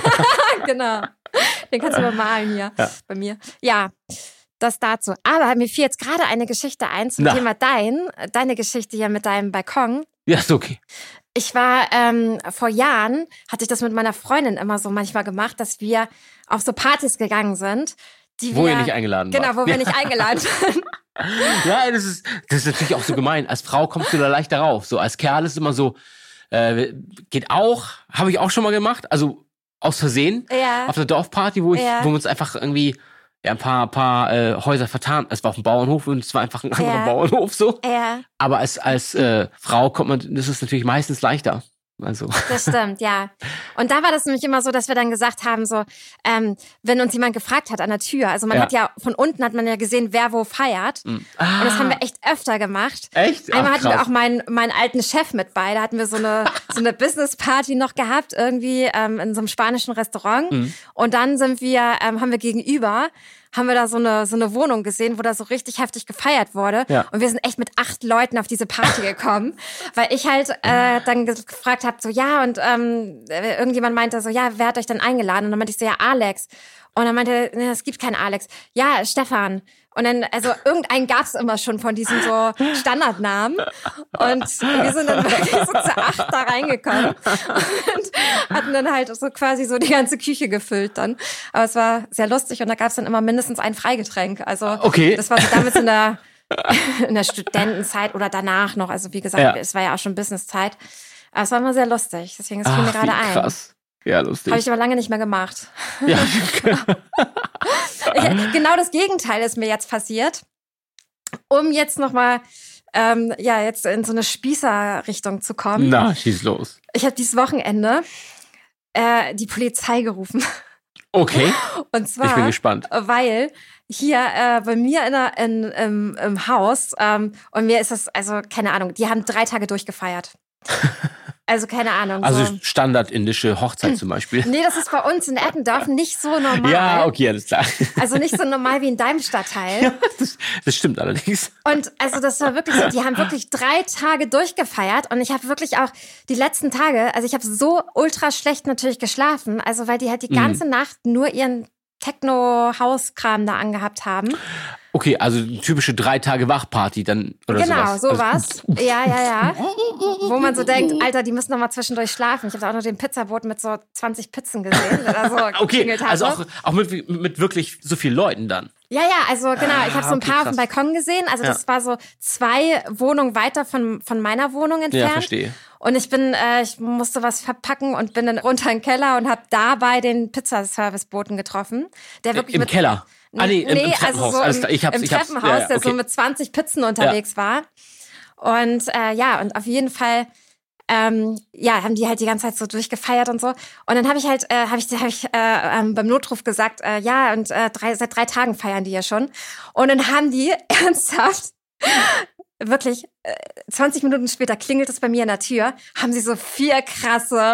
Genau, den kannst du mal malen hier ja. bei mir. Ja, das dazu. Aber mir fiel jetzt gerade eine Geschichte ein zum Na. Thema dein, deine Geschichte hier mit deinem Balkon. Ja, ist okay. Ich war, ähm, vor Jahren, hatte ich das mit meiner Freundin immer so manchmal gemacht, dass wir auf so Partys gegangen sind, Die wo wir, ihr nicht eingeladen genau, wart. Genau, wo wir ja. nicht eingeladen waren. Ja, das ist, das ist natürlich auch so gemein. Als Frau kommst du da leicht darauf. So, als Kerl ist es immer so, äh, geht auch, habe ich auch schon mal gemacht, also aus Versehen, ja. auf einer Dorfparty, wo ich, ja. wo wir uns einfach irgendwie ja, ein paar, paar äh, Häuser vertan. Es war auf dem Bauernhof und es war einfach ein anderer ja. Bauernhof so. Ja. Aber als, als äh, Frau kommt man, das ist natürlich meistens leichter. Also. Das stimmt, ja. Und da war das nämlich immer so, dass wir dann gesagt haben, so, ähm, wenn uns jemand gefragt hat an der Tür, also man ja. hat ja, von unten hat man ja gesehen, wer wo feiert. Mhm. Ah. Und das haben wir echt öfter gemacht. Echt? Ach, Einmal hatten krass. wir auch meinen, meinen alten Chef mit bei, da hatten wir so eine, so eine Business-Party noch gehabt, irgendwie ähm, in so einem spanischen Restaurant. Mhm. Und dann sind wir, ähm, haben wir gegenüber, haben wir da so eine so eine Wohnung gesehen, wo da so richtig heftig gefeiert wurde. Ja. Und wir sind echt mit acht Leuten auf diese Party gekommen, weil ich halt äh, dann gefragt habe, so ja, und ähm, irgendjemand meinte so, ja, wer hat euch denn eingeladen? Und dann meinte ich so, ja, Alex. Und dann meinte er, nee, es gibt keinen Alex. Ja, Stefan. Und dann, also irgendeinen gab's immer schon von diesen so Standardnamen. Und wir sind dann wirklich so zu acht da reingekommen und hatten dann halt so quasi so die ganze Küche gefüllt dann. Aber es war sehr lustig und da gab's dann immer mindestens ein Freigetränk. Also okay. Das war so damals in der, in der Studentenzeit oder danach noch. Also wie gesagt, ja. Es war ja auch schon Businesszeit. Aber es war immer sehr lustig. Deswegen, es fiel mir gerade ein. Krass. Ja, lustig. Habe ich aber lange nicht mehr gemacht. Ja. ich, genau das Gegenteil ist mir jetzt passiert. Um jetzt nochmal, ähm, ja, jetzt in so eine Spießer-Richtung zu kommen. Na, schieß los. Ich habe dieses Wochenende äh, die Polizei gerufen. Okay. Und zwar, ich bin gespannt. Weil hier äh, bei mir in der, in, im, im Haus, ähm, und mir ist das, also keine Ahnung, die haben drei Tage durchgefeiert. Also keine Ahnung. Also so. Standard-indische Hochzeit zum Beispiel. Nee, das ist bei uns in Eppendorf nicht so normal. Ja, okay, alles klar. Also nicht so normal wie in deinem Stadtteil. Ja, das, das stimmt allerdings. Und also das war wirklich so, die haben wirklich drei Tage durchgefeiert und ich habe wirklich auch die letzten Tage, also ich habe so ultra schlecht natürlich geschlafen, also weil die halt die ganze mhm. Nacht nur ihren Techno-Hauskram da angehabt haben. Okay, also typische drei Tage Wachparty dann oder genau, sowas. sowas. Also, ja, ja, ja. Wo man so denkt, Alter, die müssen noch mal zwischendurch schlafen. Ich habe auch noch den Pizzaboten mit so zwanzig Pizzen gesehen. Oder so okay, also auch, auch mit, mit wirklich so vielen Leuten dann. Ja, ja, also genau, ich habe so ein paar okay, auf dem Balkon gesehen. Also das ja. war so zwei Wohnungen weiter von, von meiner Wohnung entfernt. Ja, verstehe. Und ich bin, äh, ich musste was verpacken und bin dann runter in den Keller und habe dabei den Pizzaserviceboten getroffen. Der wirklich Im mit, Keller? Ah, nee, im, nee im Treppenhaus. also so im, ich hab's, im ich hab's, Treppenhaus, ja, ja, okay. der so mit zwanzig Pizzen unterwegs ja. war. Und äh, ja, und auf jeden Fall ähm, ja, haben die halt die ganze Zeit so durchgefeiert und so. Und dann habe ich halt, äh, habe ich, hab ich äh, ähm, beim Notruf gesagt, äh, ja, und äh, drei, seit drei Tagen feiern die ja schon. Und dann haben die ernsthaft, wirklich, äh, zwanzig Minuten später klingelt es bei mir an der Tür, haben sie so vier krasse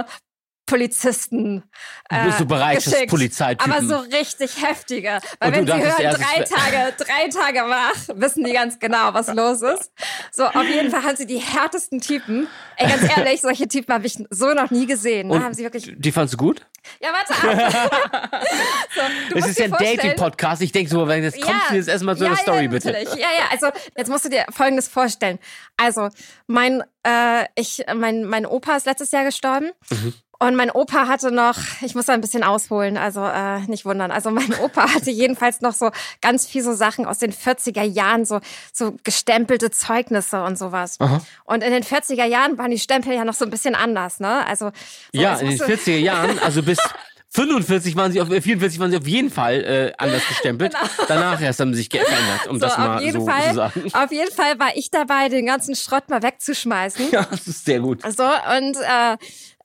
Polizisten äh, Du bist so geschickt, Polizeitypen. aber so richtig heftige. Weil Und wenn du sie dachtest hören, erst, drei Tage, drei Tage wach, wissen die ganz genau, was los ist. So, auf jeden Fall haben sie die härtesten Typen. Ey, ganz ehrlich, solche Typen habe ich so noch nie gesehen. Und haben sie wirklich. Die fandst du gut? Ja, warte ab. so, du das ist ja ein Dating-Podcast. Ich denke so, wenn jetzt kommt, ja, jetzt erstmal so ja, eine Story, ja, bitte. Ja, ja, also jetzt musst du dir Folgendes vorstellen. Also, mein, äh, ich, mein, mein Opa ist letztes Jahr gestorben. Mhm. Und mein Opa hatte noch, ich muss da ein bisschen ausholen, also äh, nicht wundern, also mein Opa hatte jedenfalls noch so ganz viel so Sachen aus den vierziger Jahren, so so gestempelte Zeugnisse und sowas. Aha. Und in den vierziger Jahren waren die Stempel ja noch so ein bisschen anders, ne? Also so, ja, in den vierziger Jahren, also bis fünfundvierzig waren sie auf, vierundvierzig waren sie auf jeden Fall äh, anders gestempelt. Genau. Danach erst haben sie sich geändert, um so, das mal so Fall, zu sagen. Auf jeden Fall war ich dabei, den ganzen Schrott mal wegzuschmeißen. Ja, das ist sehr gut. So, und äh,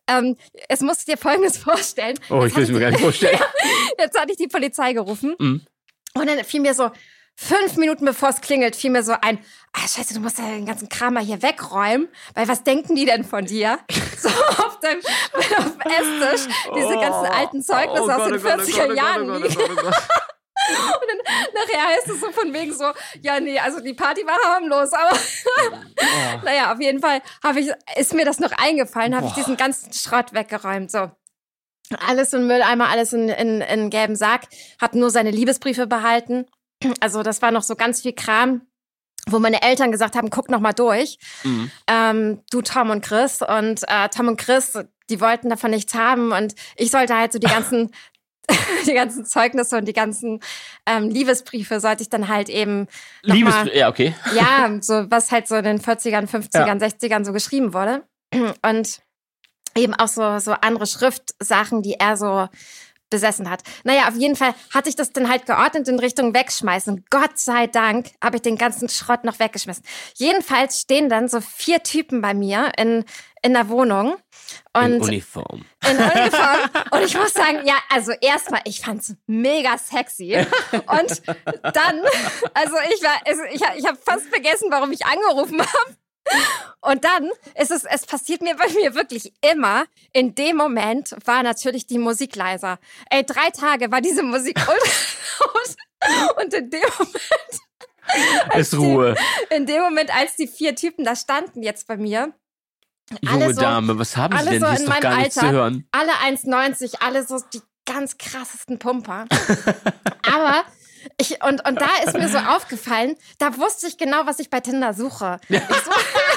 ähm, es musst du dir Folgendes vorstellen. Oh, ich will es mir gar nicht vorstellen. Jetzt hatte ich die Polizei gerufen. Mhm. Und dann fiel mir so, fünf Minuten bevor es klingelt, fiel mir so ein, ah, scheiße, du musst ja den ganzen Kram mal hier wegräumen, weil was denken die denn von dir? So auf dem, auf dem Esstisch, diese ganzen alten Zeugnisse Oh aus Gott, den oh Gott, oh vierziger Gott, oh Jahren Gott, oh liegen. Gott, oh Gott, oh Gott. Und dann nachher heißt es so von wegen so, ja, nee, also die Party war harmlos, aber Oh. naja, auf jeden Fall habe ich, ist mir das noch eingefallen, habe ich Boah. diesen ganzen Schrott weggeräumt, so. Alles in Mülleimer, alles in, in, in einen gelben Sack, hab nur seine Liebesbriefe behalten. Also das war noch so ganz viel Kram, wo meine Eltern gesagt haben, guck noch mal durch. Mhm. Ähm, du, Tom und Chris. Und äh, Tom und Chris, die wollten davon nichts haben. Und ich sollte halt so die ganzen die ganzen Zeugnisse und die ganzen ähm, Liebesbriefe sollte ich dann halt eben noch Liebes, mal, ja, okay. ja, so was halt so in den vierzigern, fünfzigern, Ja. sechzigern so geschrieben wurde. Und eben auch so, so andere Schriftsachen, die er so besessen hat. Naja, auf jeden Fall hatte ich das dann halt geordnet in Richtung Wegschmeißen. Gott sei Dank habe ich den ganzen Schrott noch weggeschmissen. Jedenfalls stehen dann so vier Typen bei mir in, in der Wohnung. Und In Uniform. in Uniform. Und ich muss sagen, ja, also erstmal, ich fand's mega sexy. Und dann, also ich war, also ich, ich habe fast vergessen, warum ich angerufen habe. Und dann ist es, es passiert mir bei mir wirklich immer, in dem Moment war natürlich die Musik leiser. Ey, drei Tage war diese Musik ultra laut. Und in dem Moment, Ist Ruhe. Die, in dem Moment, als die vier Typen da standen jetzt bei mir, Junge alle so- Dame, was haben Sie alle denn? so Hier in ist doch gar meinem nichts zu Alter. hören. alle eins neunzig, alle so die ganz krassesten Pumper. Aber ich, und, und da ist mir so aufgefallen, da wusste ich genau, was ich bei Tinder suche. Ich suche,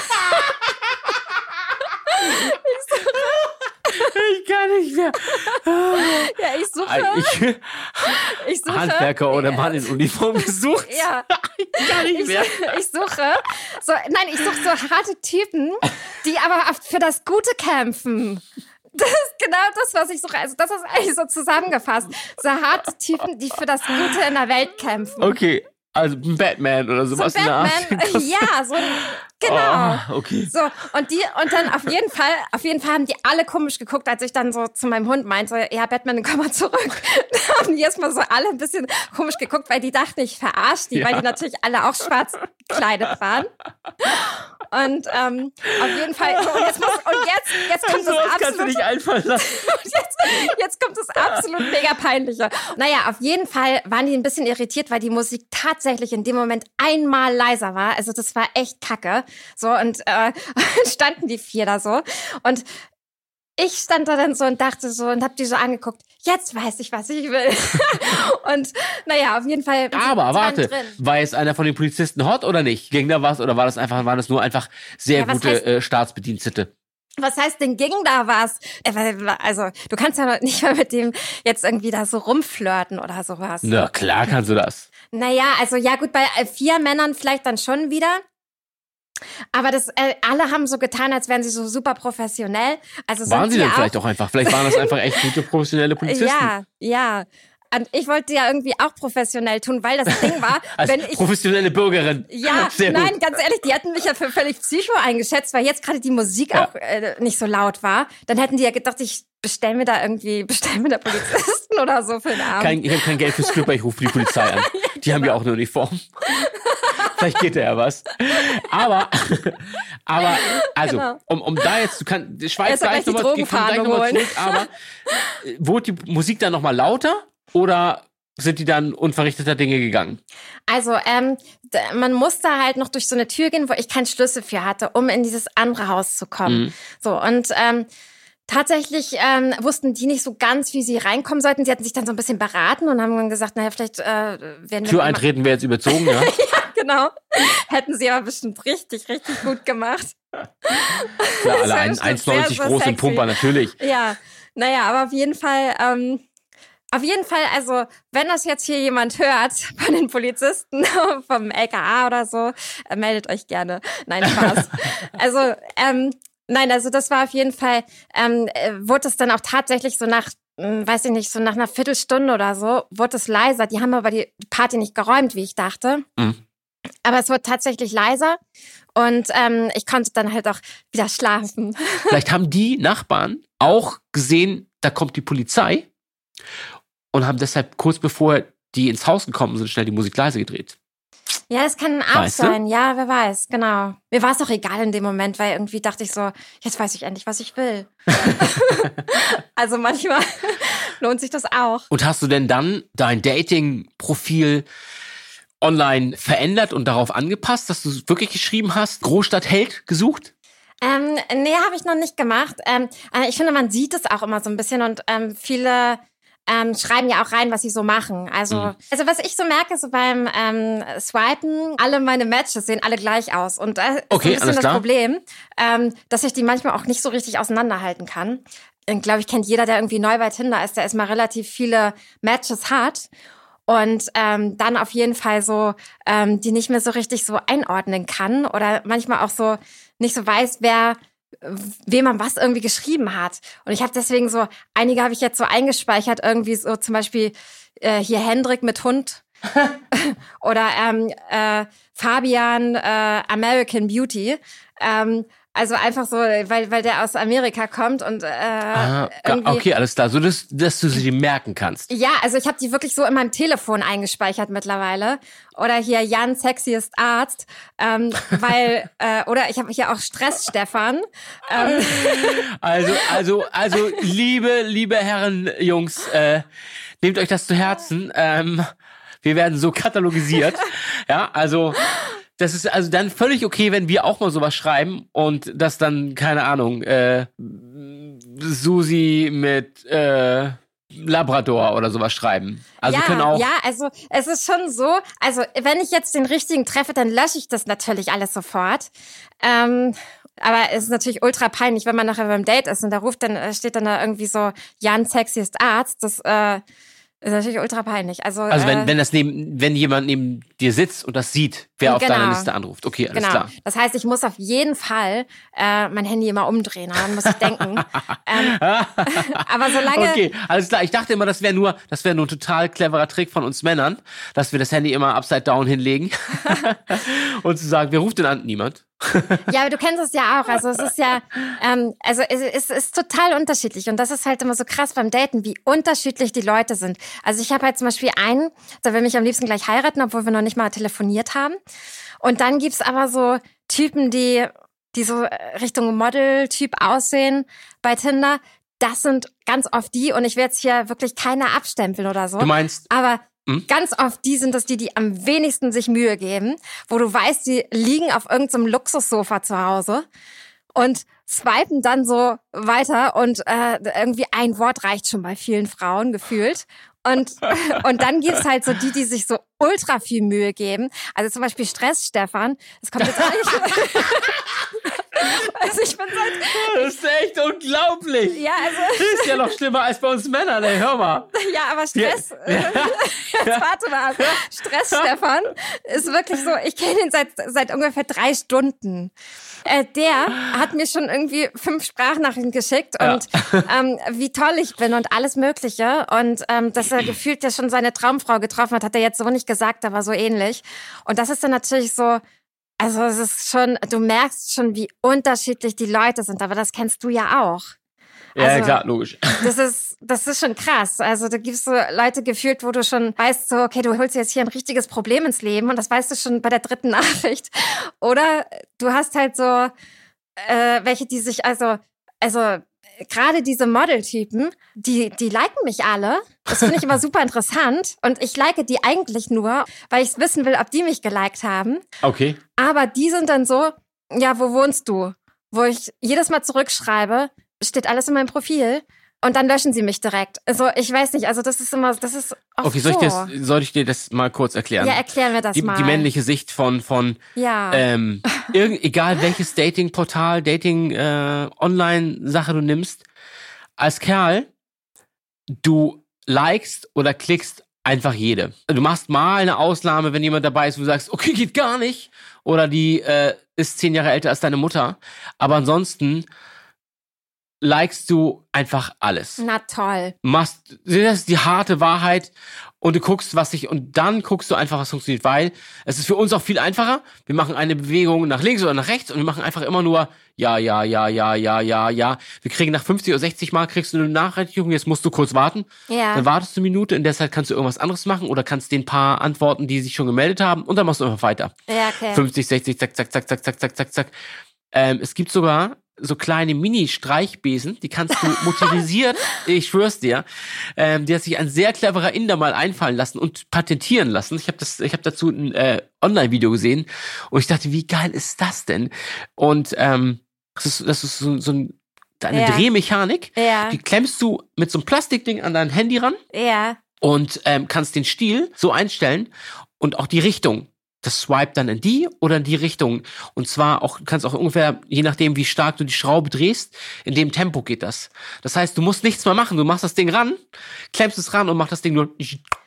Ich kann nicht mehr. ja, ich suche, Ich, ich suche. Handwerker oder Mann in Uniform gesucht. Ja, Ich kann nicht ich, mehr. ich suche, so, nein, ich suche so harte Typen, die aber für das Gute kämpfen. Das ist genau das, was ich suche. Also das ist eigentlich so zusammengefasst. So harte Typen, die für das Gute in der Welt kämpfen. Okay, also ein Batman oder sowas so in der Art. Batman, ja, so ein, genau. Oh, okay. So, und die, und dann auf jeden Fall, auf jeden Fall haben die alle komisch geguckt, als ich dann so zu meinem Hund meinte, ja, Batman, komm mal zurück. Da haben die erstmal so alle ein bisschen komisch geguckt, weil die dachten, ich verarsche die, Ja. weil die natürlich alle auch schwarz gekleidet waren. Und ähm, auf jeden Fall, so, und jetzt muss, und jetzt, jetzt kommt So das was kannst du absolut nicht einfallen lassen. und jetzt, jetzt kommt das absolut mega peinliche. Naja, auf jeden Fall waren die ein bisschen irritiert, weil die Musik tatsächlich in dem Moment einmal leiser war. Also das war echt kacke. So, und äh, standen die vier da so. Und ich stand da dann so und dachte so und hab die so angeguckt, jetzt weiß ich, was ich will. Und naja, auf jeden Fall. Aber waren warte, drin. war jetzt einer von den Polizisten hot oder nicht? Ging da was oder war das einfach, waren das nur einfach sehr Ja, was gute heißt- äh, Staatsbedienstete? Was heißt denn, ging da was? Äh, weil- Also, du kannst ja nicht mal mit dem jetzt irgendwie da so rumflirten oder sowas. Na klar kannst du das. Naja, also ja gut, bei äh, vier Männern vielleicht dann schon wieder. Aber das, äh, alle haben so getan, als wären sie so super professionell. Also sind Waren sie denn auch, vielleicht auch einfach? Vielleicht waren das einfach echt gute professionelle Polizisten. Ja, ja. Und ich wollte ja irgendwie auch professionell tun, weil das Ding war, Als wenn ich... professionelle Bürgerin. Ja, Sehr nein, gut. ganz ehrlich, die hätten mich ja für völlig psycho eingeschätzt, weil jetzt gerade die Musik Ja. auch äh, nicht so laut war. Dann hätten die ja gedacht, ich bestell mir da irgendwie, bestell mir da Polizisten oder so für den Abend. Kein, ich habe kein Geld fürs Club, ich rufe die Polizei an. Die haben ja auch eine Uniform. Vielleicht geht da ja was. Aber, aber, also, Genau. um, um da jetzt, du kannst, Schweiz Erst mal gleich gleich die nochmal, gleich Drogenfahndung nochmal holen. zurück, aber äh, wurde die Musik dann nochmal lauter oder sind die dann unverrichteter Dinge gegangen? Also, ähm, d- man musste halt noch durch so eine Tür gehen, wo ich keinen Schlüssel für hatte, um in dieses andere Haus zu kommen. Mhm. So, und ähm, tatsächlich ähm, wussten die nicht so ganz, wie sie reinkommen sollten. Sie hatten sich dann so ein bisschen beraten und haben dann gesagt, naja, vielleicht äh, werden wir... Tür eintreten wäre jetzt überzogen, ja? Genau. Hätten sie aber bestimmt richtig, richtig gut gemacht. Klar, alle war ein- bestimmt eins neunzig sehr, sehr groß im sexy. Pumper, natürlich. Ja, naja, aber auf jeden Fall... Ähm, Auf jeden Fall, also, wenn das jetzt hier jemand hört von den Polizisten vom L K A oder so, äh, meldet euch gerne. Nein, Spaß. Also, ähm, nein, also das war auf jeden Fall, ähm, äh, wurde es dann auch tatsächlich so nach, mh, weiß ich nicht, so nach einer Viertelstunde oder so, wurde es leiser. Die haben aber die Party nicht geräumt, wie ich dachte. Mhm. Aber es wurde tatsächlich leiser und ähm, ich konnte dann halt auch wieder schlafen. Vielleicht haben die Nachbarn auch gesehen, da kommt die Polizei und haben deshalb kurz bevor die ins Haus gekommen sind, schnell die Musik leise gedreht. Ja, das kann auch Weißt du? sein. Ja, wer weiß, genau. Mir war es auch egal in dem Moment, weil irgendwie dachte ich so, jetzt weiß ich endlich, was ich will. Also manchmal lohnt sich das auch. Und hast du denn dann dein Dating-Profil online verändert und darauf angepasst, dass du wirklich geschrieben hast, Großstadt Held gesucht? Ähm, nee, habe ich noch nicht gemacht. Ähm, äh, ich finde, man sieht es auch immer so ein bisschen und ähm, viele ähm, schreiben ja auch rein, was sie so machen. Also, mhm. also was ich so merke, so beim ähm, Swipen, alle meine Matches sehen alle gleich aus. Und da ist okay, ein bisschen alles das klar. Problem, ähm, dass ich die manchmal auch nicht so richtig auseinanderhalten kann. Ich glaube, ich kennt jeder, der irgendwie neu bei Tinder ist, der erstmal relativ viele Matches hat. Und ähm, dann auf jeden Fall so, ähm, die nicht mehr so richtig so einordnen kann oder manchmal auch so nicht so weiß, wer wem man was irgendwie geschrieben hat. Und ich habe deswegen so, einige habe ich jetzt so eingespeichert, irgendwie so zum Beispiel äh, hier Hendrik mit Hund oder ähm, äh, Fabian äh, American Beauty. Ähm, Also einfach so, weil weil der aus Amerika kommt und äh, ah, irgendwie okay, alles klar. So, dass, dass du sie merken kannst. Ja, also ich habe die wirklich so in meinem Telefon eingespeichert mittlerweile. Oder hier Jan Sexiest Arzt, ähm, weil äh, oder ich habe hier auch Stress Stefan. Ähm. Also, also, also, liebe, liebe Herren, Jungs, äh, nehmt euch das zu Herzen. Ähm, wir werden so katalogisiert. Ja, also. Das ist also dann völlig okay, wenn wir auch mal sowas schreiben und das dann, keine Ahnung, äh, Susi mit äh, Labrador oder sowas schreiben. Also ja, können auch. Ja, also es ist schon so, also wenn ich jetzt den richtigen treffe, dann lösche ich das natürlich alles sofort. Ähm, aber es ist natürlich ultra peinlich, wenn man nachher beim Date ist und da ruft dann, steht dann da irgendwie so Jan Sexiest Arzt, das äh, ist natürlich ultra peinlich. Also, Also wenn, äh, wenn das neben, wenn jemand neben dir sitzt und das sieht, wer auf genau. deiner Liste anruft. Okay, alles genau. klar. Das heißt, ich muss auf jeden Fall äh, mein Handy immer umdrehen, daran muss ich denken. ähm, aber solange... Okay, alles klar. Ich dachte immer, das wäre nur, das wäre nur ein total cleverer Trick von uns Männern, dass wir das Handy immer upside down hinlegen und zu sagen, wer ruft denn an? Niemand. Ja, aber du kennst es ja auch. Also es ist ja, ähm, also es, es ist total unterschiedlich und das ist halt immer so krass beim Daten, wie unterschiedlich die Leute sind. Also ich habe halt zum Beispiel einen, der will mich am liebsten gleich heiraten, obwohl wir noch nicht mal telefoniert haben. Und dann gibt's aber so Typen, die, die so Richtung Model-Typ aussehen bei Tinder. Das sind ganz oft die und ich will jetzt hier wirklich keine abstempeln oder so. Du meinst? Aber Hm? ganz oft die sind das die, die am wenigsten sich Mühe geben, wo du weißt, die liegen auf irgendeinem so Luxussofa zu Hause und swipen dann so weiter und äh, irgendwie ein Wort reicht schon bei vielen Frauen gefühlt. Und, und dann gibt's halt so die, die sich so ultra viel Mühe geben. Also zum Beispiel Stress Stefan, das kommt jetzt eigentlich... Also ich bin seit... Das ist echt unglaublich. Ja, also... Das ist ja noch schlimmer als bei uns Männern, ey, hör mal. Ja, aber Stress... Ja. Jetzt warte mal. Stress Stefan ist wirklich so, ich kenne ihn seit, seit ungefähr drei Stunden. Äh, der hat mir schon irgendwie fünf Sprachnachrichten geschickt und ja. ähm, wie toll ich bin und alles Mögliche. Und ähm, dass er gefühlt ja schon seine Traumfrau getroffen hat, hat er jetzt so nicht gesagt, aber so ähnlich. Und das ist dann natürlich so... Also es ist schon, du merkst schon, wie unterschiedlich die Leute sind, aber das kennst du ja auch. Ja, Also, klar, logisch. Das ist, das ist schon krass. Also da gibt's so Leute gefühlt, wo du schon weißt, so okay, du holst jetzt hier ein richtiges Problem ins Leben und das weißt du schon bei der dritten Nachricht. Oder du hast halt so äh, welche, die sich also, also gerade diese Modeltypen, die, die liken mich alle. Das finde ich immer super interessant. Und ich like die eigentlich nur, weil ich wissen will, ob die mich geliked haben. Okay. Aber die sind dann so, ja, wo wohnst du? Wo ich jedes Mal zurückschreibe, steht alles in meinem Profil. Und dann löschen sie mich direkt. Also ich weiß nicht, also das ist immer, das ist oft Okay, soll ich, so. das, soll ich dir das mal kurz erklären? Ja, erklären wir das die, mal. Die männliche Sicht von, von ja. ähm, irgend, egal welches Dating-Portal, Dating-Online-Sache du nimmst, als Kerl, du likest oder klickst einfach jede. Du machst mal eine Ausnahme, wenn jemand dabei ist, wo du sagst, okay, geht gar nicht. Oder die äh, ist zehn Jahre älter als deine Mutter. Aber ansonsten likest du einfach alles. Na toll. Machst, das ist die harte Wahrheit und du guckst, was sich, und dann guckst du einfach, was funktioniert, weil es ist für uns auch viel einfacher. Wir machen eine Bewegung nach links oder nach rechts und wir machen einfach immer nur ja, ja, ja, ja, ja, ja, ja. Wir kriegen nach fünfzig oder sechzig Mal kriegst du eine Nachrichtung, jetzt musst du kurz warten. Ja. Dann wartest du eine Minute, in der Zeit kannst du irgendwas anderes machen oder kannst den paar antworten, die sich schon gemeldet haben und dann machst du einfach weiter. Ja, okay. fünfzig, sechzig, zack, zack, zack, zack, zack, zack, zack, zack. Ähm, es gibt sogar so kleine Mini-Streichbesen, die kannst du motorisiert, ich schwör's dir, ähm, die hat sich ein sehr cleverer Inder mal einfallen lassen und patentieren lassen. Ich habe das, ich habe dazu ein äh, Online-Video gesehen und ich dachte, wie geil ist das denn? Und ähm, das ist, das ist so, so ein, eine Ja. Drehmechanik, Ja. die klemmst du mit so einem Plastikding an dein Handy ran Ja. und ähm, kannst den Stiel so einstellen und auch die Richtung. Das swipe dann in die oder in die Richtung. Und zwar auch, kannst auch ungefähr, je nachdem, wie stark du die Schraube drehst, in dem Tempo geht das. Das heißt, du musst nichts mehr machen. Du machst das Ding ran, klemmst es ran und machst das Ding nur.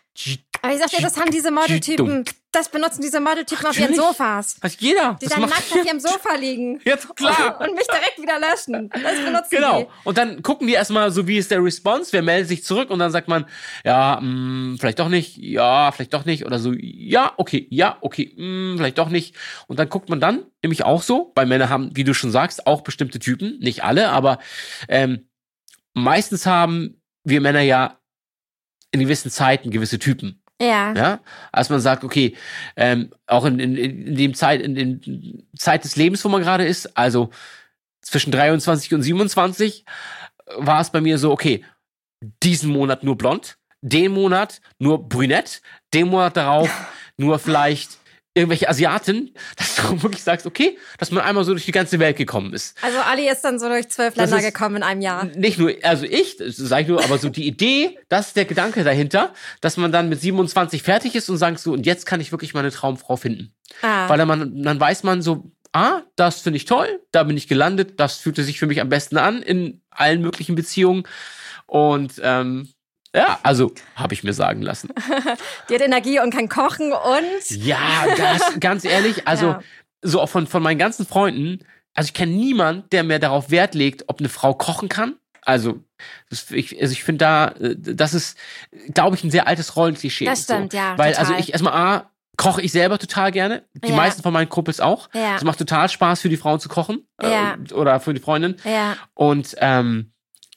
Aber ich sag dir, das haben diese Modeltypen, das benutzen diese Modeltypen auf ihren Natürlich. Sofas. Hat jeder. Die Das dann macht nackt auf ihrem Sofa liegen. jetzt klar. Und mich direkt wieder löschen. Das benutzen Genau. die. Und dann gucken die erstmal, so wie ist der Response, wer meldet sich zurück und dann sagt man, ja, mh, vielleicht doch nicht, ja, vielleicht doch nicht oder so, ja, okay, ja, okay, mh, vielleicht doch nicht. Und dann guckt man dann, nämlich auch so, weil Männer haben, wie du schon sagst, auch bestimmte Typen, nicht alle, aber ähm, meistens haben wir Männer ja in gewissen Zeiten gewisse Typen. Ja. Ja, als man sagt, okay, ähm, auch in, in, in dem Zeit, in, in Zeit des Lebens, wo man gerade ist, also zwischen dreiundzwanzig und siebenundzwanzig, war es bei mir so, okay, diesen Monat nur blond, den Monat nur brünett, den Monat darauf nur vielleicht irgendwelche Asiaten, dass du wirklich sagst, okay, dass man einmal so durch die ganze Welt gekommen ist. Also Ali ist dann so durch zwölf Das Länder ist- gekommen in einem Jahr. Nicht nur, also ich, das sage ich nur, aber so die Idee, das ist der Gedanke dahinter, dass man dann mit siebenundzwanzig fertig ist und sagst so, und jetzt kann ich wirklich meine Traumfrau finden. Ah. Weil dann, man, dann weiß man so, ah, das finde ich toll, da bin ich gelandet, das fühlte sich für mich am besten an in allen möglichen Beziehungen. Und ähm, ja, also habe ich mir sagen lassen. Die hat Energie und kann kochen und Ja, das, ganz ehrlich, also Ja. so auch von, von meinen ganzen Freunden, also ich kenne niemanden, der mehr darauf Wert legt, ob eine Frau kochen kann. Also, das, ich, also ich finde da, äh, das ist, glaube ich, ein sehr altes Rollenklischee. Das stimmt, ja, Weil, total. also ich erstmal A, koche ich selber total gerne. Die Ja. meisten von meinen Kumpels auch. Ja. Es macht total Spaß für die Frauen zu kochen. Ja. Äh, oder für die Freundin. ja. Und ähm,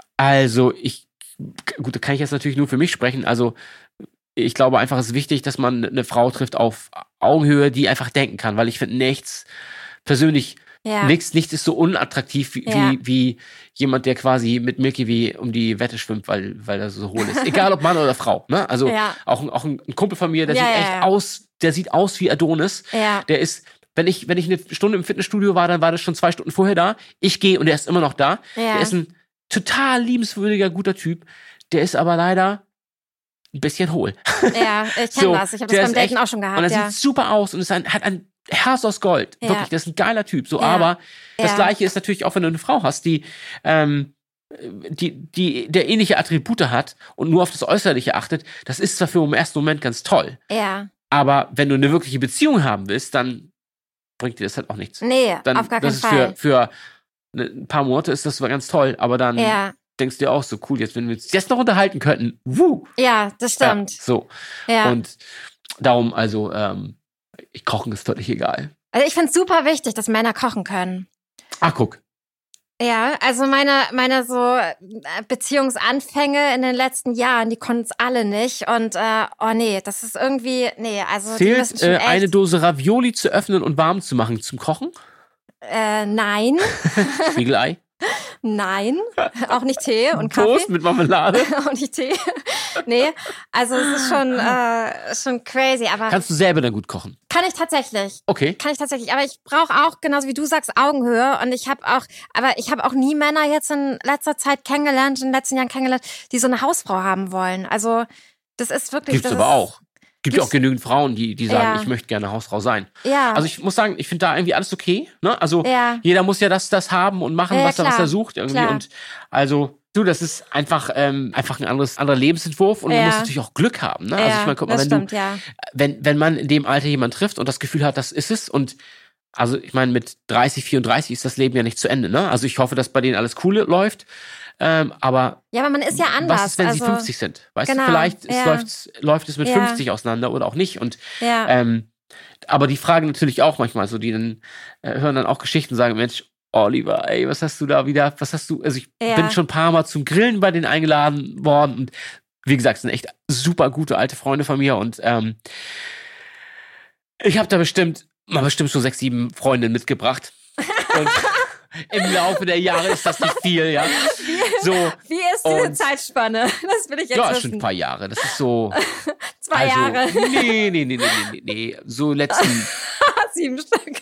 also ich, gut, da kann ich jetzt natürlich nur für mich sprechen. Also ich glaube einfach, es ist wichtig, dass man eine Frau trifft auf Augenhöhe, die einfach denken kann, weil ich finde nichts, persönlich, Ja. nichts, nichts ist so unattraktiv wie, Ja. wie, wie jemand, der quasi mit Milky Way um die Wette schwimmt, weil, weil er so hohl ist. Egal ob Mann oder Frau. Ne? Also Ja. auch, ein- auch ein Kumpel von mir, der Ja, sieht ja, echt ja. aus, der sieht aus wie Adonis. Ja. Der ist, wenn ich, wenn ich eine Stunde im Fitnessstudio war, dann war das schon zwei Stunden vorher da. Ich gehe und der ist immer noch da. Ja. Der ist ein total liebenswürdiger, guter Typ. Der ist aber leider ein bisschen hohl. Ja, ich kenne So, das. Ich habe das der beim ist Daten echt- auch schon Und er gehabt, ja. sieht super aus und ist ein, hat ein Herz aus Gold. Ja. Wirklich, das ist ein geiler Typ. So, Ja. aber das Ja. Gleiche ist natürlich auch, wenn du eine Frau hast, die, ähm, die, die, der ähnliche Attribute hat und nur auf das Äußerliche achtet. Das ist zwar für im ersten Moment ganz toll, Ja. aber wenn du eine wirkliche Beziehung haben willst, dann bringt dir das halt auch nichts. Nee, Dann, auf gar keinen das ist Fall. für, für ne- ein paar Monate ist das zwar ganz toll, aber dann Ja. denkst du dir auch so, cool, jetzt, wenn wir uns jetzt noch unterhalten könnten, wuh. Ja, das Ja, stimmt. so. Ja. Und darum, also, ähm, ich kochen ist völlig egal. Also ich finde es super wichtig, dass Männer kochen können. Ach, guck. Ja, also meine, meine so äh, Beziehungsanfänge in den letzten Jahren, die konnten es alle nicht. Und äh, oh nee, das ist irgendwie, nee, also die müssen Zählt schon äh, echt, eine Dose Ravioli zu öffnen und warm zu machen zum Kochen? äh, nein, Spiegelei? nein, auch nicht Tee und Kaffee. Toast mit Marmelade? Auch nicht Tee. Nee, also es ist schon, äh, schon crazy, aber Kannst du selber dann gut kochen? kann ich tatsächlich. Okay. Kann ich tatsächlich, aber ich brauche auch, genauso wie du sagst, Augenhöhe. Und ich habe auch, aber ich habe auch nie Männer jetzt in letzter Zeit kennengelernt, in den letzten Jahren kennengelernt, die so eine Hausfrau haben wollen. Also das ist wirklich. Gibt's das aber ist, auch. Gibt ja auch gibt's- genügend Frauen, die, die sagen, Ja. ich möchte gerne Hausfrau sein. Ja. Also ich muss sagen, ich finde da irgendwie alles okay. Ne? Also Ja. jeder muss ja das, das haben und machen, Ja, was, er, was klar. er sucht irgendwie. Klar. Und also, du, das ist einfach, ähm, einfach ein anderes, anderer Lebensentwurf und Ja. man muss natürlich auch Glück haben. Ne? ja, Also ich meine, guck mal, das wenn stimmt, du, ja. wenn, wenn man in dem Alter jemanden trifft und das Gefühl hat, das ist es und Also ich meine, mit dreißig, vierunddreißig ist das Leben ja nicht zu Ende, ne? Also ich hoffe, dass bei denen alles cool läuft. Ähm, aber ja, aber man ist ja anders. Was ist, wenn also, sie fünfzig sind? Weißt genau, du, vielleicht ja. es läuft, läuft es mit ja. fünfzig auseinander oder auch nicht. Und ja. ähm, aber die fragen natürlich auch manchmal so, die dann äh, hören dann auch Geschichten und sagen, Mensch, Oliver, ey, was hast du da wieder, was hast du, also ich ja. bin schon ein paar Mal zum Grillen bei denen eingeladen worden und wie gesagt, sind echt super gute alte Freunde von mir und ähm, ich habe da bestimmt, mal bestimmt so sechs, sieben Freundinnen mitgebracht und im Laufe der Jahre ist das nicht viel, ja. So, wie ist diese und, Zeitspanne? Das will ich jetzt ja, wissen. schon ein paar Jahre, das ist so. Zwei also, Jahre. Nee, nee, nee, nee, nee, nee, so letzten Sieben Stück.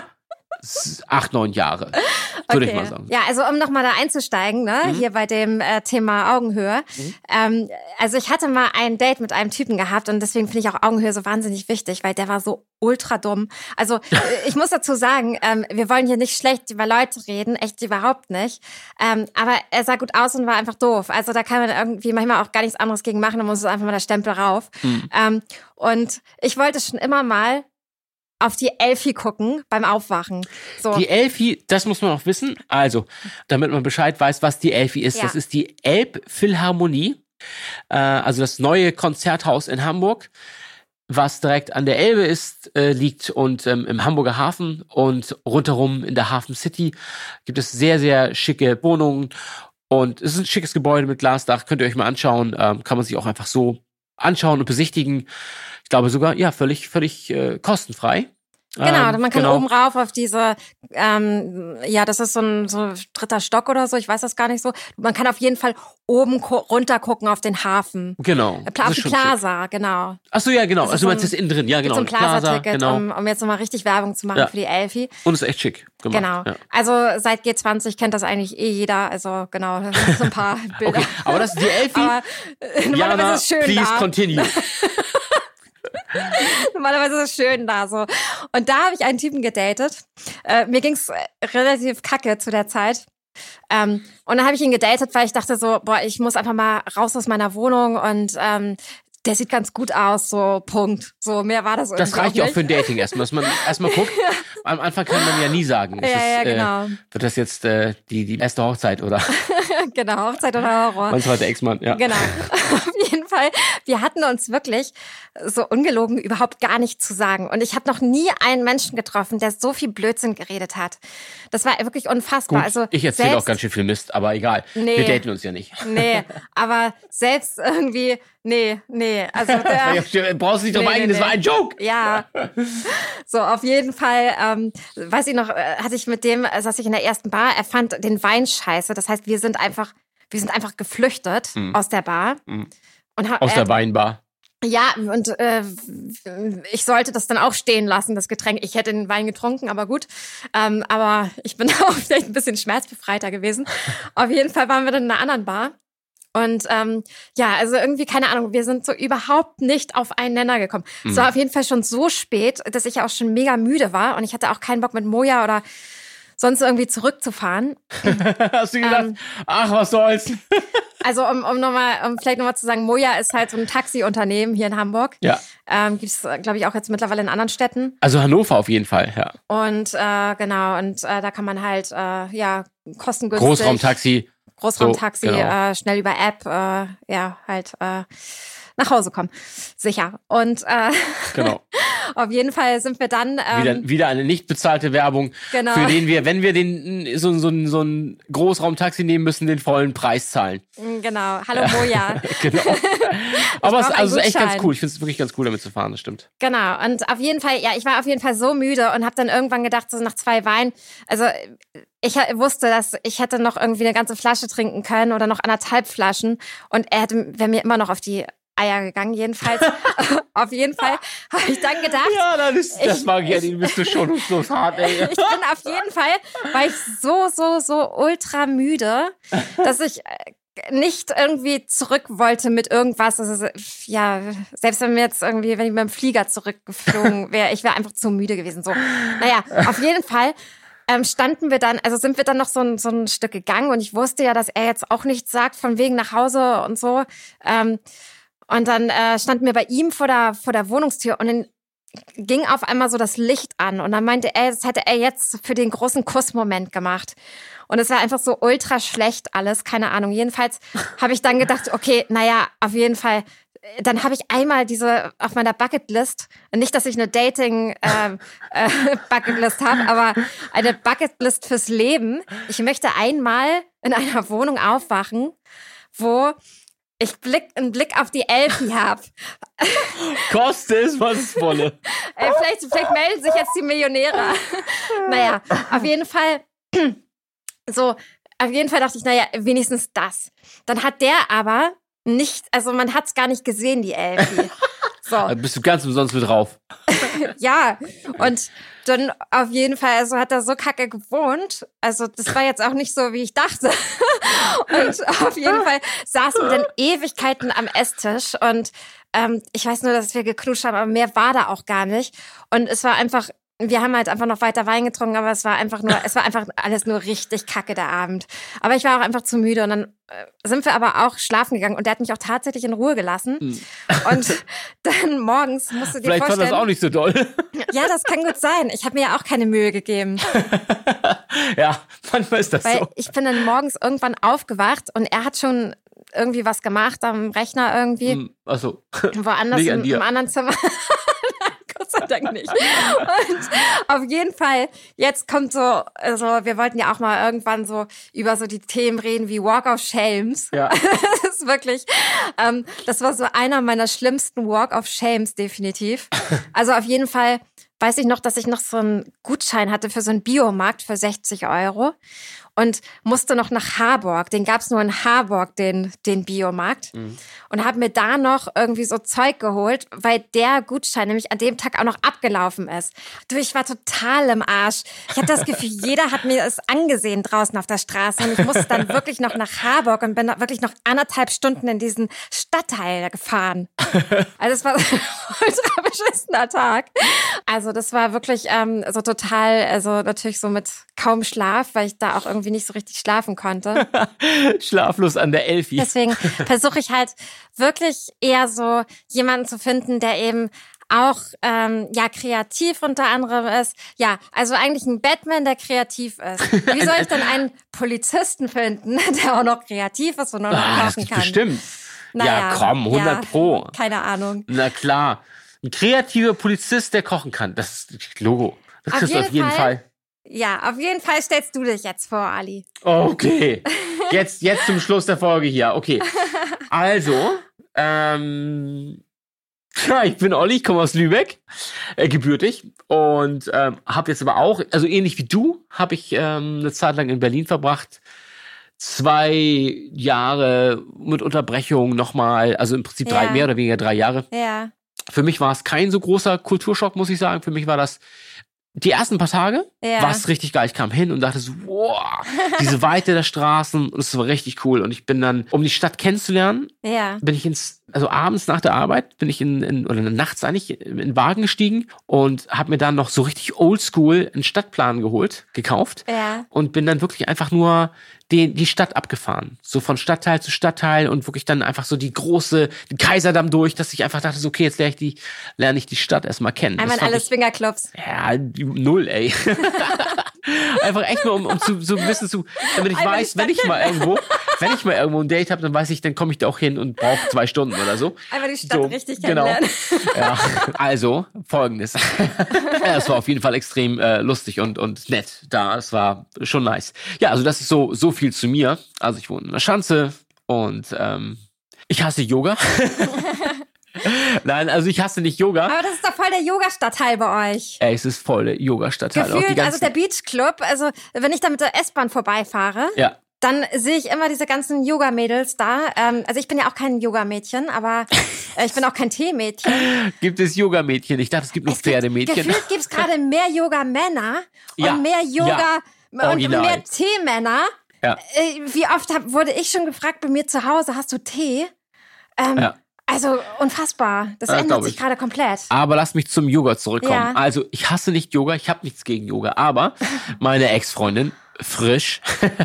acht, neun Jahre, würde okay. ich mal sagen. Ja, also um nochmal da einzusteigen, ne, mhm. hier bei dem äh, Thema Augenhöhe. Mhm. Ähm, also ich hatte mal ein Date mit einem Typen gehabt und deswegen finde ich auch Augenhöhe so wahnsinnig wichtig, weil der war so ultra dumm. Also ich muss dazu sagen, ähm, wir wollen hier nicht schlecht über Leute reden, echt überhaupt nicht. Ähm, aber er sah gut aus und war einfach doof. Also da kann man irgendwie manchmal auch gar nichts anderes gegen machen, da muss es einfach mal der Stempel rauf. Mhm. Ähm, und ich wollte schon immer mal auf die Elfi gucken beim Aufwachen. So. Die Elfi, das muss man auch wissen. Also, damit man Bescheid weiß, was die Elfi ist. Ja. Das ist die Elbphilharmonie, äh, also das neue Konzerthaus in Hamburg, was direkt an der Elbe ist, äh, liegt und ähm, im Hamburger Hafen und rundherum in der Hafen City gibt es sehr, sehr schicke Wohnungen und es ist ein schickes Gebäude mit Glasdach. Könnt ihr euch mal anschauen. Ähm, kann man sich auch einfach so anschauen und besichtigen. Ich glaube sogar, ja, völlig, völlig äh, kostenfrei. Genau, ähm, man kann genau. oben rauf auf diese, ähm, ja, das ist so ein so dritter Stock oder so, ich weiß das gar nicht so. Man kann auf jeden Fall oben ko- runter gucken auf den Hafen. Genau. Äh, auf die Plaza, schick. Genau. Ach so, ja, genau. Das also du meinst so das innen drin, ja, genau. So ein Plaza-Ticket, genau. um, um jetzt nochmal richtig Werbung zu machen ja. für die Elfi. Und ist echt schick gemacht. Genau. Ja. Also seit G zwanzig kennt das eigentlich eh jeder, also genau, so ein paar Bilder. Okay, aber das ist die Elfi. Aber, äh, Jana, ist schön please da. continue. Normalerweise ist es schön da so. Und da habe ich einen Typen gedatet. Äh, mir ging's relativ kacke zu der Zeit. Ähm, und dann habe ich ihn gedatet, weil ich dachte so, boah, ich muss einfach mal raus aus meiner Wohnung und ähm, der sieht ganz gut aus, so Punkt. So, mehr war das irgendwie Das reicht ja auch nicht. für ein Dating erstmal, dass man erstmal guckt. Am Anfang kann man ja nie sagen. Ja, ist, ja, genau. Äh, wird das jetzt äh, die, die erste Hochzeit oder? Genau, Hochzeit oder Horror. Mein zweiter Ex-Mann, ja. Genau. Auf jeden Fall, wir hatten uns wirklich so ungelogen überhaupt gar nicht zu sagen. Und ich habe noch nie einen Menschen getroffen, der so viel Blödsinn geredet hat. Das war wirklich unfassbar. Gut, also ich erzähle selbst, auch ganz schön viel Mist, aber egal. Nee. Wir daten uns ja nicht. Nee, aber selbst irgendwie, nee, nee. Also der, brauchst du nicht drauf Nee, eingehen, nee, das war nee. ein Joke. Ja, so auf jeden Fall, ähm, weiß ich noch, äh, hatte ich mit dem, äh, saß ich in der ersten Bar, er fand den Wein scheiße. Das heißt, wir sind einfach, wir sind einfach geflüchtet Mhm. aus der Bar. Mhm. Und hab, Aus er, der Weinbar. Ja, und äh, ich sollte das dann auch stehen lassen, das Getränk. Ich hätte den Wein getrunken, aber gut. Ähm, aber ich bin auch vielleicht ein bisschen schmerzbefreiter gewesen. Auf jeden Fall waren wir dann in einer anderen Bar. Und ähm, ja, also irgendwie, keine Ahnung, wir sind so überhaupt nicht auf einen Nenner gekommen. Mhm. Es war auf jeden Fall schon so spät, dass ich auch schon mega müde war. Und ich hatte auch keinen Bock mit Moja oder sonst irgendwie zurückzufahren. Hast du gedacht, Ähm, ach, was soll's? Also um, um nochmal, um vielleicht nochmal zu sagen, Moja ist halt so ein Taxiunternehmen hier in Hamburg. Ja. Ähm, gibt's, glaube ich, auch jetzt mittlerweile in anderen Städten. Also Hannover auf jeden Fall, ja. Und äh, genau, und äh, da kann man halt, äh, ja, kostengünstig. Großraumtaxi. Großraumtaxi, So, genau. äh, schnell über App, äh, ja, halt äh, nach Hause kommen. Sicher. Und äh, Genau. auf jeden Fall sind wir dann... Ähm, Wieder, wieder eine nicht bezahlte Werbung, Genau. für den wir, wenn wir den so, so, so ein Großraumtaxi nehmen müssen, den vollen Preis zahlen. Genau. Hallo Moja. Genau. Aber es brauch ist einen also echt ganz Gutschein. cool. Ich finde es wirklich ganz cool, damit zu fahren, das stimmt. Genau, und auf jeden Fall, ja, ich war auf jeden Fall so müde und habe dann irgendwann gedacht, so nach zwei Weinen, also ich wusste, dass ich hätte noch irgendwie eine ganze Flasche trinken können oder noch anderthalb Flaschen und er hätte, wäre mir immer noch auf die Eier gegangen, jedenfalls. Auf jeden Fall habe ich dann gedacht, Ja, das, ist, das Ich- mag ich ja, ich- den bist du schon so hart, ey. ich bin auf jeden Fall, war ich so, so, so ultra müde, dass ich äh, nicht irgendwie zurück wollte mit irgendwas. Also, ja, selbst wenn wir jetzt irgendwie, wenn ich mit dem Flieger zurückgeflogen wäre, ich wäre einfach zu müde gewesen. So, naja, auf jeden Fall ähm, standen wir dann, also sind wir dann noch so ein, so ein Stück gegangen und ich wusste ja, dass er jetzt auch nichts sagt von wegen nach Hause und so. Ähm, und dann äh, standen wir bei ihm vor der, vor der Wohnungstür und in ging auf einmal so das Licht an und dann meinte er, das hätte er jetzt für den großen Kussmoment gemacht. Und es war einfach so ultra schlecht alles, keine Ahnung. Jedenfalls habe ich dann gedacht, okay, naja, auf jeden Fall, dann habe ich einmal diese auf meiner Bucketlist, nicht, dass ich eine Dating-Bucketlist äh, äh, habe, aber eine Bucketlist fürs Leben. Ich möchte einmal in einer Wohnung aufwachen, wo ich Blick, einen Blick auf die Elfi habe. Koste es, was es wolle. Ey, vielleicht, vielleicht melden sich jetzt die Millionäre. Naja, auf jeden Fall, so, auf jeden Fall dachte ich, naja, wenigstens das. Dann hat der aber nicht, also man hat es gar nicht gesehen, die Elfi. So. Da bist du ganz umsonst mit drauf. Ja, und dann auf jeden Fall, also hat er so kacke gewohnt. Also das war jetzt auch nicht so, wie ich dachte. Und auf jeden Fall saßen wir dann Ewigkeiten am Esstisch und ähm, ich weiß nur, dass wir geknutscht haben, aber mehr war da auch gar nicht. Und es war einfach, wir haben halt einfach noch weiter Wein getrunken, aber es war einfach nur, es war einfach alles nur richtig kacke der Abend. Aber ich war auch einfach zu müde und dann äh, sind wir aber auch schlafen gegangen und der hat mich auch tatsächlich in Ruhe gelassen. Hm. Und dann morgens musst du dir Vielleicht vorstellen. Vielleicht fand das auch nicht so doll. Ja, das kann gut sein. Ich habe mir ja auch keine Mühe gegeben. Ja, manchmal ist das Weil so. ich bin dann morgens irgendwann aufgewacht und er hat schon irgendwie was gemacht am Rechner irgendwie. Hm, ach so. Woanders Nicht an im, dir. im anderen Zimmer. Gott sei Dank nicht. Und auf jeden Fall, jetzt kommt so, also wir wollten ja auch mal irgendwann so über so die Themen reden wie Walk of Shames. Ja. Das ist wirklich, ähm, das war so einer meiner schlimmsten Walk of Shames definitiv. Also auf jeden Fall weiß ich noch, dass ich noch so einen Gutschein hatte für so einen Biomarkt für sechzig Euro und musste noch nach Harburg. Den gab's nur in Harburg, den, den Biomarkt. Mhm. Und habe mir da noch irgendwie so Zeug geholt, weil der Gutschein nämlich an dem Tag auch noch abgelaufen ist. Du, ich war total im Arsch. Ich hatte das Gefühl, jeder hat mir es angesehen draußen auf der Straße. Und ich musste dann wirklich noch nach Harburg und bin da wirklich noch anderthalb Stunden in diesen Stadtteil gefahren. Also es war ein ultra beschissener Tag. Also das war wirklich ähm, so total, also natürlich so mit kaum Schlaf, weil ich da auch irgendwie nicht so richtig schlafen konnte. Schlaflos an der Elfi. Deswegen versuche ich halt wirklich eher so jemanden zu finden, der eben auch ähm, ja kreativ unter anderem ist. Ja, also eigentlich ein Batman, der kreativ ist. Wie soll ich denn einen Polizisten finden, der auch noch kreativ ist und auch noch Ah, das kochen gibt's kann? bestimmt. Naja, ja, komm, hundert ja, Pro. Keine Ahnung. Na klar. Ein kreativer Polizist, der kochen kann. Das ist das Logo. Das Auf kriegst du auf jeden jeden Fall. Fall. Ja, auf jeden Fall stellst du dich jetzt vor, Ali. Okay. Jetzt, jetzt zum Schluss der Folge hier. Okay. Also, ähm, ja, ich bin Olli, ich komme aus Lübeck, äh, gebürtig und ähm, habe jetzt aber auch, also ähnlich wie du, habe ich ähm, eine Zeit lang in Berlin verbracht. Zwei Jahre mit Unterbrechung nochmal, also im Prinzip drei, Ja. mehr oder weniger drei Jahre. Ja. Für mich war es kein so großer Kulturschock, muss ich sagen. Für mich war das die ersten paar Tage, Ja. war es richtig geil. Ich kam hin und dachte so, wow, diese Weite der Straßen, und es war richtig cool. Und ich bin dann, um die Stadt kennenzulernen, Ja. bin ich ins, also abends nach der Arbeit, bin ich in, in oder nachts eigentlich in den Wagen gestiegen und habe mir dann noch so richtig oldschool einen Stadtplan geholt, gekauft Ja. und bin dann wirklich einfach nur die, die Stadt abgefahren. So von Stadtteil zu Stadtteil und wirklich dann einfach so die große, den Kaiserdamm durch, dass ich einfach dachte, so, okay, jetzt lerne ich die, lerne ich die Stadt erstmal kennen. Einmal Das fand alle ich- Swingerclubs. Ja, die- null, ey. Einfach echt nur, um, um zu, so ein bisschen zu, damit ich Einmal die weiß, wenn ich Stadt mal irgendwo, wenn ich mal irgendwo ein Date habe, dann weiß ich, dann komme ich da auch hin und brauche zwei Stunden oder so. Einmal die Stadt So, richtig genau. kennenlernen. Ja, also folgendes. Ja, es war auf jeden Fall extrem äh, lustig und, und nett da. Es war schon nice. Ja, also das ist so, so viel zu mir. Also ich wohne in der Schanze und ähm, ich hasse Yoga. Nein, also ich hasse nicht Yoga. Aber das ist doch voll der Yoga-Stadtteil bei euch. Ey, es ist voll der Yoga-Stadtteil. Auch die Gefühlt, ganzen, also der Beachclub, also wenn ich da mit der S-Bahn vorbeifahre, ja. dann sehe ich immer diese ganzen Yoga-Mädels da. Ähm, also ich bin ja auch kein Yoga-Mädchen, aber äh, ich bin auch kein Tee-Mädchen. Gibt es Yoga-Mädchen? Ich dachte, es gibt nur Es gibt- Pferdemädchen. Gefühlt gibt es gerade mehr Yoga-Männer und Ja, mehr Yoga und original. mehr Tee-Männer. Ja. Äh, Wie oft hab, wurde ich schon gefragt bei mir zu Hause, hast du Tee? Ähm, Ja. Also unfassbar. Das Ja, ändert glaub sich ich. gerade komplett. Aber lass mich zum Yoga zurückkommen. Ja. Also, ich hasse nicht Yoga, ich habe nichts gegen Yoga, aber meine Ex-Freundin, frisch,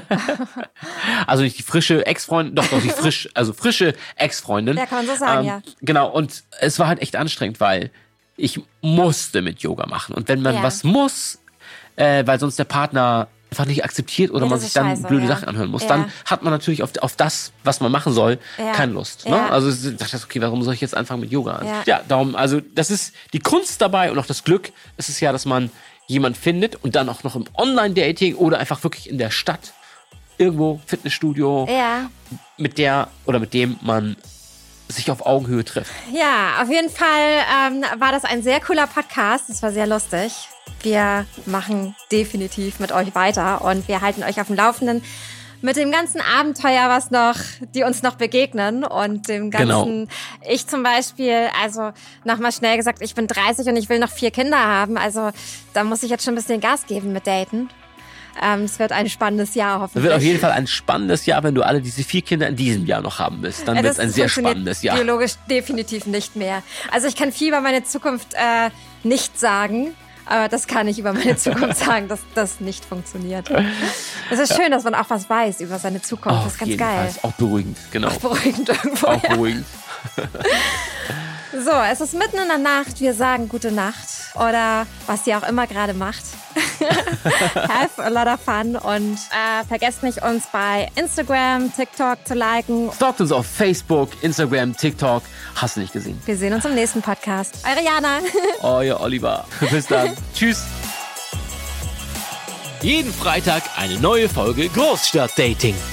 also nicht die frische Ex-Freundin, doch, doch, die frisch, also frische Ex-Freundin. Ja, kann man so sagen, ähm, ja. Genau, und es war halt echt anstrengend, weil ich musste mit Yoga machen. Und wenn man Ja. was muss, äh, weil sonst der Partner einfach nicht akzeptiert oder Ja, man das sich ist dann scheiße, blöde ja. Sachen anhören muss, Ja. dann hat man natürlich auf, auf das, was man machen soll, Ja. keine Lust. Ja. Ne? Also ich dachte, okay, warum soll ich jetzt anfangen mit Yoga? Ja. ja, darum, also das ist die Kunst dabei und auch das Glück, ist es ja, dass man jemand findet und dann auch noch im Online-Dating oder einfach wirklich in der Stadt irgendwo Fitnessstudio, Ja. mit der oder mit dem man sich auf Augenhöhe trifft. Ja, auf jeden Fall ähm, war das ein sehr cooler Podcast. Es war sehr lustig. Wir machen definitiv mit euch weiter und wir halten euch auf dem Laufenden mit dem ganzen Abenteuer, was noch, die uns noch begegnen und dem ganzen, Genau. ich zum Beispiel, also nochmal schnell gesagt, ich bin dreißig und ich will noch vier Kinder haben, also da muss ich jetzt schon ein bisschen Gas geben mit Daten. Ähm, es wird ein spannendes Jahr Es hoffentlich. wird auf jeden Fall ein spannendes Jahr, wenn du alle diese vier Kinder in diesem Jahr noch haben willst. Dann Äh, wird es das ein sehr funktioniert spannendes Jahr. Biologisch definitiv nicht mehr. Also ich kann viel über meine Zukunft äh, nicht sagen, aber das kann ich über meine Zukunft sagen, dass das nicht funktioniert. Es ist schön, dass man auch was weiß über seine Zukunft. Auf das ist ganz jeden geil. Fall. Auch beruhigend, genau. Auch beruhigend irgendwo. Auch Ja. beruhigend. So, es ist mitten in der Nacht. Wir sagen gute Nacht oder was ihr auch immer gerade macht. Have a lot of fun und äh, vergesst nicht, uns bei Instagram, TikTok zu liken. Stalkt uns auf Facebook, Instagram, TikTok. Hast du nicht gesehen. Wir sehen uns im nächsten Podcast. Eure Jana. Euer Oliver. Bis dann. Tschüss. Jeden Freitag eine neue Folge Großstadtdating.